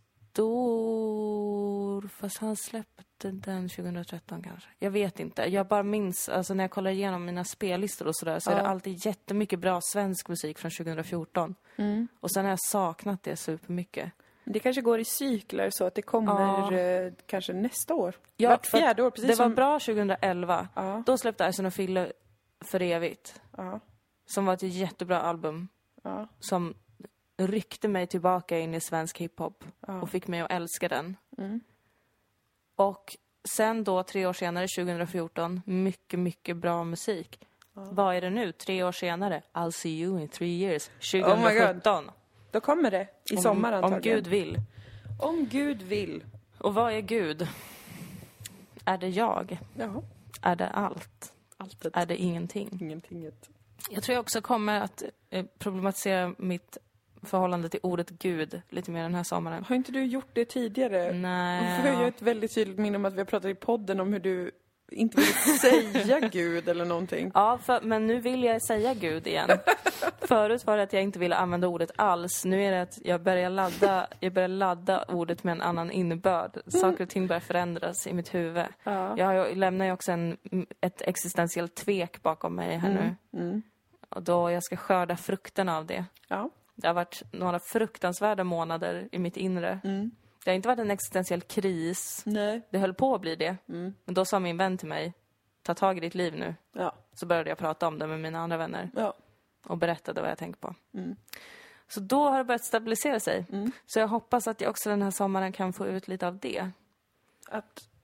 Stor, fast han släppte den tjugohundratretton kanske. Jag vet inte. Jag bara minns, alltså när jag kollar igenom mina spellistor och sådär, så Ja. är det alltid jättemycket bra svensk musik från tjugo fjorton. Mm. Och sen har jag saknat det supermycket. Det kanske går i cykler så att det kommer Ja. eh, kanske nästa år. Ja, Vart för att fjärde år, precis Det var som... bra tjugoelva. Ja, Då släppte Ison och Phil för evigt. ja, Som var ett jättebra album. ja, Som ryckte mig tillbaka in i svensk hiphop. ja. Och fick mig att älska den. Mm. Och sen då, tre år senare, tjugo fjorton, mycket, mycket bra musik. Ja. Vad är det nu? Tre år senare, I'll see you in three years. Oh my tjugo sjutton. Då kommer det. I sommar om, antagligen. om Gud vill. Om Gud vill. Och vad är Gud? Är det jag? Ja, Är det allt? allt ett. Är det ingenting? Ingentinget. Jag tror jag också kommer att eh, problematisera mitt förhållande till ordet Gud lite mer den här sommaren. Har inte du gjort det tidigare? Nej. För jag har ett väldigt tydligt minne om att vi har pratat i podden om hur du inte vill säga Gud eller någonting. Ja, för, men nu vill jag säga Gud igen. Förut var det att jag inte ville använda ordet alls. Nu är det att jag börjar ladda, jag börjar ladda ordet med en annan innebörd. Saker och ting börjar förändras i mitt huvud. Ja. Jag, jag lämnar ju också en, ett existentiellt tvek bakom mig här nu. Mm. Och då jag ska skörda frukterna av det. Ja. Det har varit några fruktansvärda månader i mitt inre. Mm. Det har inte varit en existentiell kris. Nej. Det höll på att bli det. Mm. Men då sa min vän till mig, ta tag i ditt liv nu. Ja. Så började jag prata om det med mina andra vänner. Ja. Och berättade vad jag tänker på. Mm. Så då har det börjat stabilisera sig. Mm. Så jag hoppas att jag också den här sommaren kan få ut lite av det. Att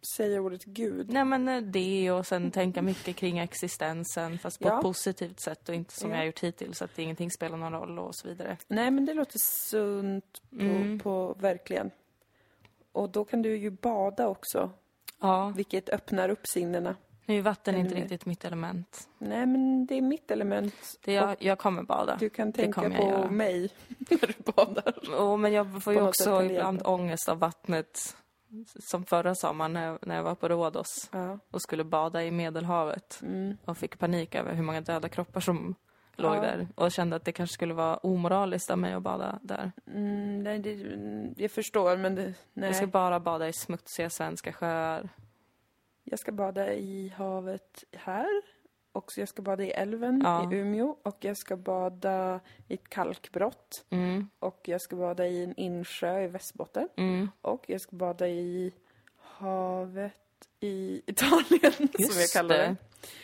säger ordet Gud. Nej, men det och sen tänka mycket kring existensen fast på Ja. ett positivt sätt och inte som Ja. jag har gjort hittills så att ingenting spelar någon roll och så vidare. Nej, men det låter sunt på, Mm. på verkligen. Och då kan du ju bada också, Ja, vilket öppnar upp sinnena. nu är vatten Ännu inte mer. riktigt mitt element. Nej, men det är mitt element. Det jag, jag kommer bada. Du kan tänka kommer jag på göra. mig när du badar. Oh, men jag får ju På något sätt också kan det ibland hjälpa. ångest av vattnet. Som förra sommaren när jag, när jag var på Rhodos Ja. och skulle bada i Medelhavet. Mm. Och fick panik över hur många döda kroppar som låg Ja. där. Och kände att det kanske skulle vara omoraliskt av mig att bada där. Mm, nej, det, jag förstår, men det, nej. Jag ska bara bada i smutsiga svenska sjöar. Jag ska bada i havet här. Och så jag ska bada i älven Ja. i Umeå. Och jag ska bada i ett kalkbrott. Mm, Och jag ska bada i en insjö i Västerbotten. mm. Och jag ska bada i havet i Italien, som jag Just kallar det. det.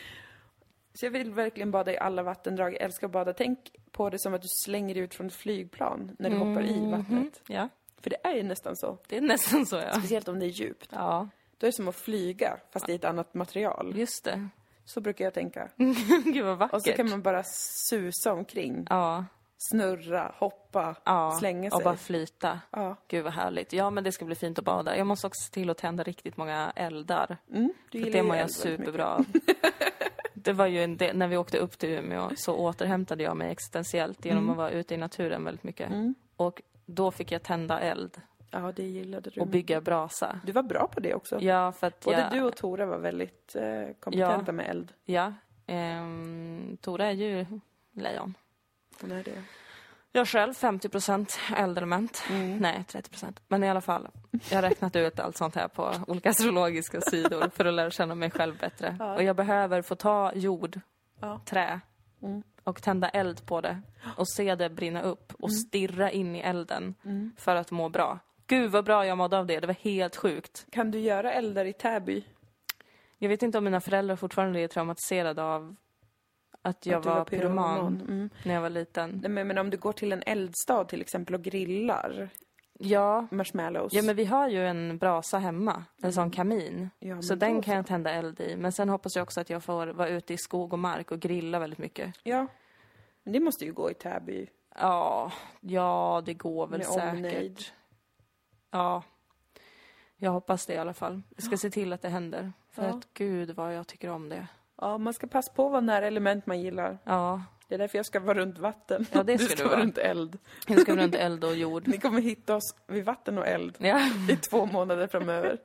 Så jag vill verkligen bada i alla vattendrag. Jag älskar att bada. Tänk på det som att du slänger ut från ett flygplan när du hoppar i Mhm. vattnet. Ja, För det är ju nästan så. det är nästan så, ja. Speciellt om det är djupt. Ja, Då är det som att flyga, fast det är ett annat material. just det. Så brukar jag tänka. Gud vad vackert. Och så kan man bara susa omkring. Ja, Snurra, hoppa, ja. slänga och sig. bara flyta. Ja. Gud vad härligt. Ja, men det ska bli fint att bada. Jag måste också se till att tända riktigt många eldar. Mm, du För gillar det ju mår jag eld väldigt superbra av. Det var ju en del, när vi åkte upp till Umeå så återhämtade jag mig existentiellt genom Mm. att vara ute i naturen väldigt mycket. Mm. Och då fick jag tända eld Ja, det gillade du. och bygga brasa. Du var bra på det också. Ja, för att Både jag, du och Tora var väldigt eh, kompetenta med eld. Ja, ehm, Tora är ju lejon. Hon är det. Jag själv femtio procent eldelement. Mm. Nej, trettio procent. Men i alla fall, jag har räknat ut allt sånt här på olika astrologiska sidor för att lära känna mig själv bättre. Ja. Och jag behöver få ta jord, Ja. trä Mm. och tända eld på det och se det brinna upp och stirra in i elden Mm. för att må bra. Gud vad bra jag mådde av det, det var helt sjukt. Kan du göra eldar i Täby? Jag vet inte om mina föräldrar fortfarande är traumatiserade av att jag Att du var pyroman Mm. när jag var liten. Nej, men, men om du går till en eldstad till exempel och grillar Ja, marshmallows. ja men vi har ju en brasa hemma, en sån kamin. Ja, men Så då den så. kan jag tända eld i. Men sen hoppas jag också att jag får vara ute i skog och mark och grilla väldigt mycket. Ja. Men det måste ju gå i Täby. Ja, ja det går väl Med säkert. omnejd. Ja, jag hoppas det i alla fall. Jag ska se till att det händer. För Ja. att gud vad jag tycker om det. Ja, man ska passa på vad nära element man gillar. Ja, Det är därför jag ska vara runt vatten. Ja, det du ska ska du vara vara. runt eld. nu ska vi runt eld och jord. Ni kommer hitta oss vid vatten och eld Ja. i två månader framöver.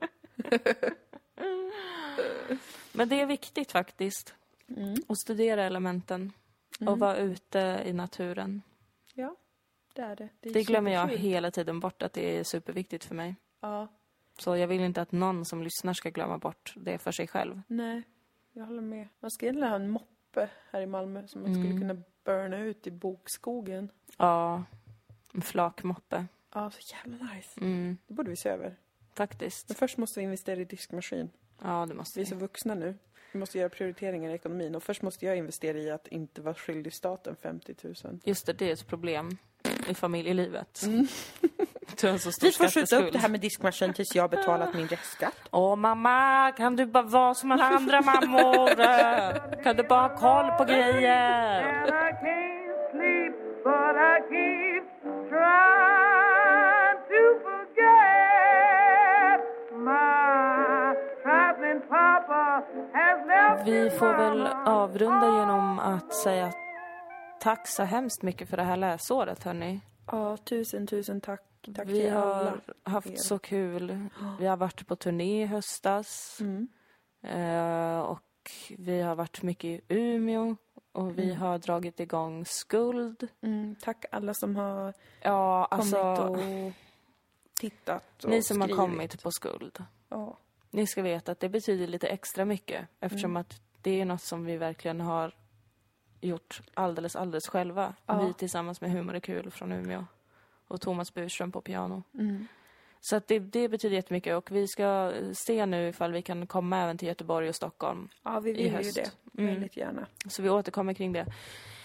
Men det är viktigt faktiskt. Mm. Att studera elementen. Och vara ute i naturen. Ja, det är det. Det, är Det glömmer jag superkul. hela tiden bort att det är superviktigt för mig. Ja, Så jag vill inte att någon som lyssnar ska glömma bort det för sig själv. nej. Jag håller med. Man ska egentligen ha en moppe här i Malmö som man Mm. skulle kunna burna ut i bokskogen. Ja, en flakmoppe. Ja, så jävla nice. Mm, Det borde vi se över. faktiskt. Men först måste vi investera i diskmaskin. Ja, det måste Vi är så vi. vuxna nu. Vi måste göra prioriteringar i ekonomin. Och först måste jag investera i att inte vara skyldig staten femtio tusen. Just det, det är ett problem i familjelivet. Mm. Du har så stor Vi får skjuta upp skatteskuld. det här med diskmaskin tills jag har betalat min restskatt. Åh mamma, kan du bara vara som alla andra mammor? Kan du bara ha koll på grejer? And I can't sleep, but I keep trying to forget my traveling papa has left Vi his får väl mama. avrunda genom att säga tack så hemskt mycket för det här läsåret, hörni. Ja, tusen, tusen tack. Tack Vi till alla. har haft er. så kul. Vi har varit på turné i höstas. Mm. Eh, och vi har varit mycket i Umeå. Och vi har dragit igång Skuld. Mm, tack alla som har Ja, kommit alltså... och tittat och Ni som skrivit. har kommit på Skuld. Ja. Ni ska veta att det betyder lite extra mycket. Eftersom Mm. att det är något som vi verkligen har gjort alldeles, alldeles själva. Ja. Vi tillsammans med Humor är kul från Umeå. Och Thomas Burström på piano. Mm. Så att det, det betyder jättemycket. Och vi ska se nu ifall vi kan komma även till Göteborg och Stockholm. Ja, vi I vill ju höst. det. Mm. Väldigt gärna. Så vi återkommer kring det.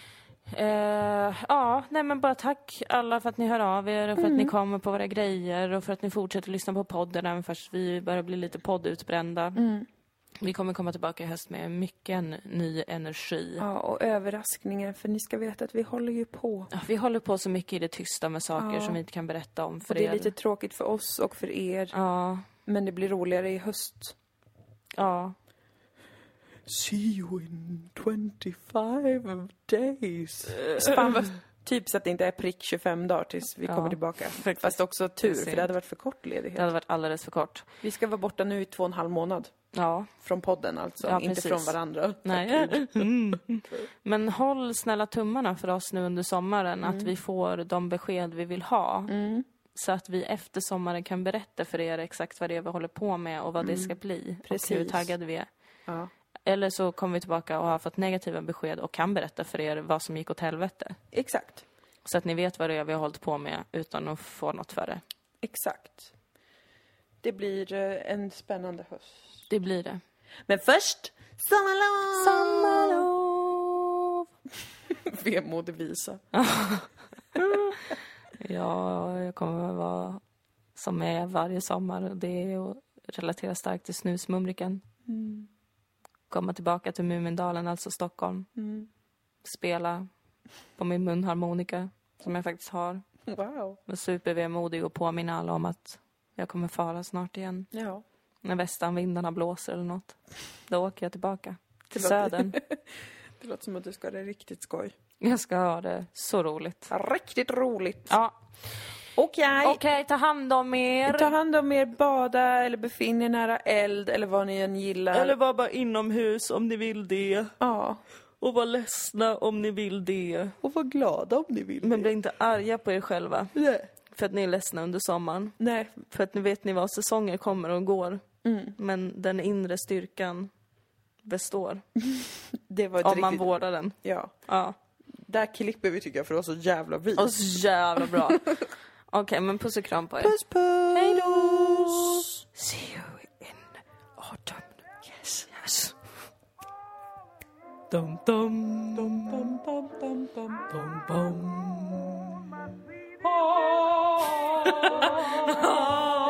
Eh, ja, nej men bara tack alla för att ni hör av er och för Mm. att ni kommer på våra grejer och för att ni fortsätter lyssna på podden även fast vi börjar bli lite poddutbrända. Mm. Vi kommer komma tillbaka i höst med mycket en ny energi. Ja, och överraskningar, för ni ska veta att vi håller ju på. Ja, vi håller på så mycket i det tysta med saker Ja. som vi inte kan berätta om för Och det är er. lite tråkigt för oss och för er. Ja, Men det blir roligare i höst. ja. See you in twenty-five days. Fan vad typ så att det inte är prick tjugofem dagar tills vi Ja, kommer tillbaka. faktiskt. Fast också tur, Synd. för det hade varit för kort Det ledighet. hade varit alldeles för kort. Vi ska vara borta nu i två och en halv månad. Ja, Från podden alltså, Ja, inte precis. från varandra. nej. Mm. Men håll snälla tummarna för oss nu under sommaren att vi får de besked vi vill ha. Mm. Så att vi efter sommaren kan berätta för er exakt vad det är vi håller på med och vad det ska bli. Och hur Precis. taggade vi är. Ja. Eller så kommer vi tillbaka och har fått negativa besked och kan berätta för er vad som gick åt helvete. Exakt. Så att ni vet vad det är vi har hållit på med utan att få något för det. Exakt. Det blir eh, en spännande höst. Det blir det. Men först, sommarlov! Sommarlov! Vemodevisa. Ja, jag kommer att vara som är varje sommar. Det är att relatera starkt till snusmumriken. Mm. Komma tillbaka till Mumindalen, alltså Stockholm. Mm. Spela på min munharmonika som jag faktiskt har. Wow. Var supervemodig och påminna alla om att jag kommer fara snart igen. Ja. När västanvindarna blåser eller något. Då åker jag tillbaka till Det låter- södern. Det låter som att du ska ha det riktigt skoj. Jag ska ha det så roligt. Riktigt roligt. Ja, Okej. okej, ta hand om er. Ta hand om er, bada eller befinn er nära eld eller vad ni än gillar. Eller var bara inomhus om ni vill det. Ja. Och var ledsna om ni vill det. Och var glada om ni vill. Men bli inte arga på er själva. Nej. För att ni är ledsna under sommaren. Nej. För att ni vet ni vad säsonger kommer och går. Mm. Men den inre styrkan består. Det var ett Om man riktigt... vårdar den. Ja. Ja. Där klipper vi tycker jag för det var så jävla vis. Och så jävla bra. Okej, men puss och kram på er. Puss puss! Hej då! See you in autumn. Yes, yes. Dum dum dum dum dum dum dum dum dum. Oh.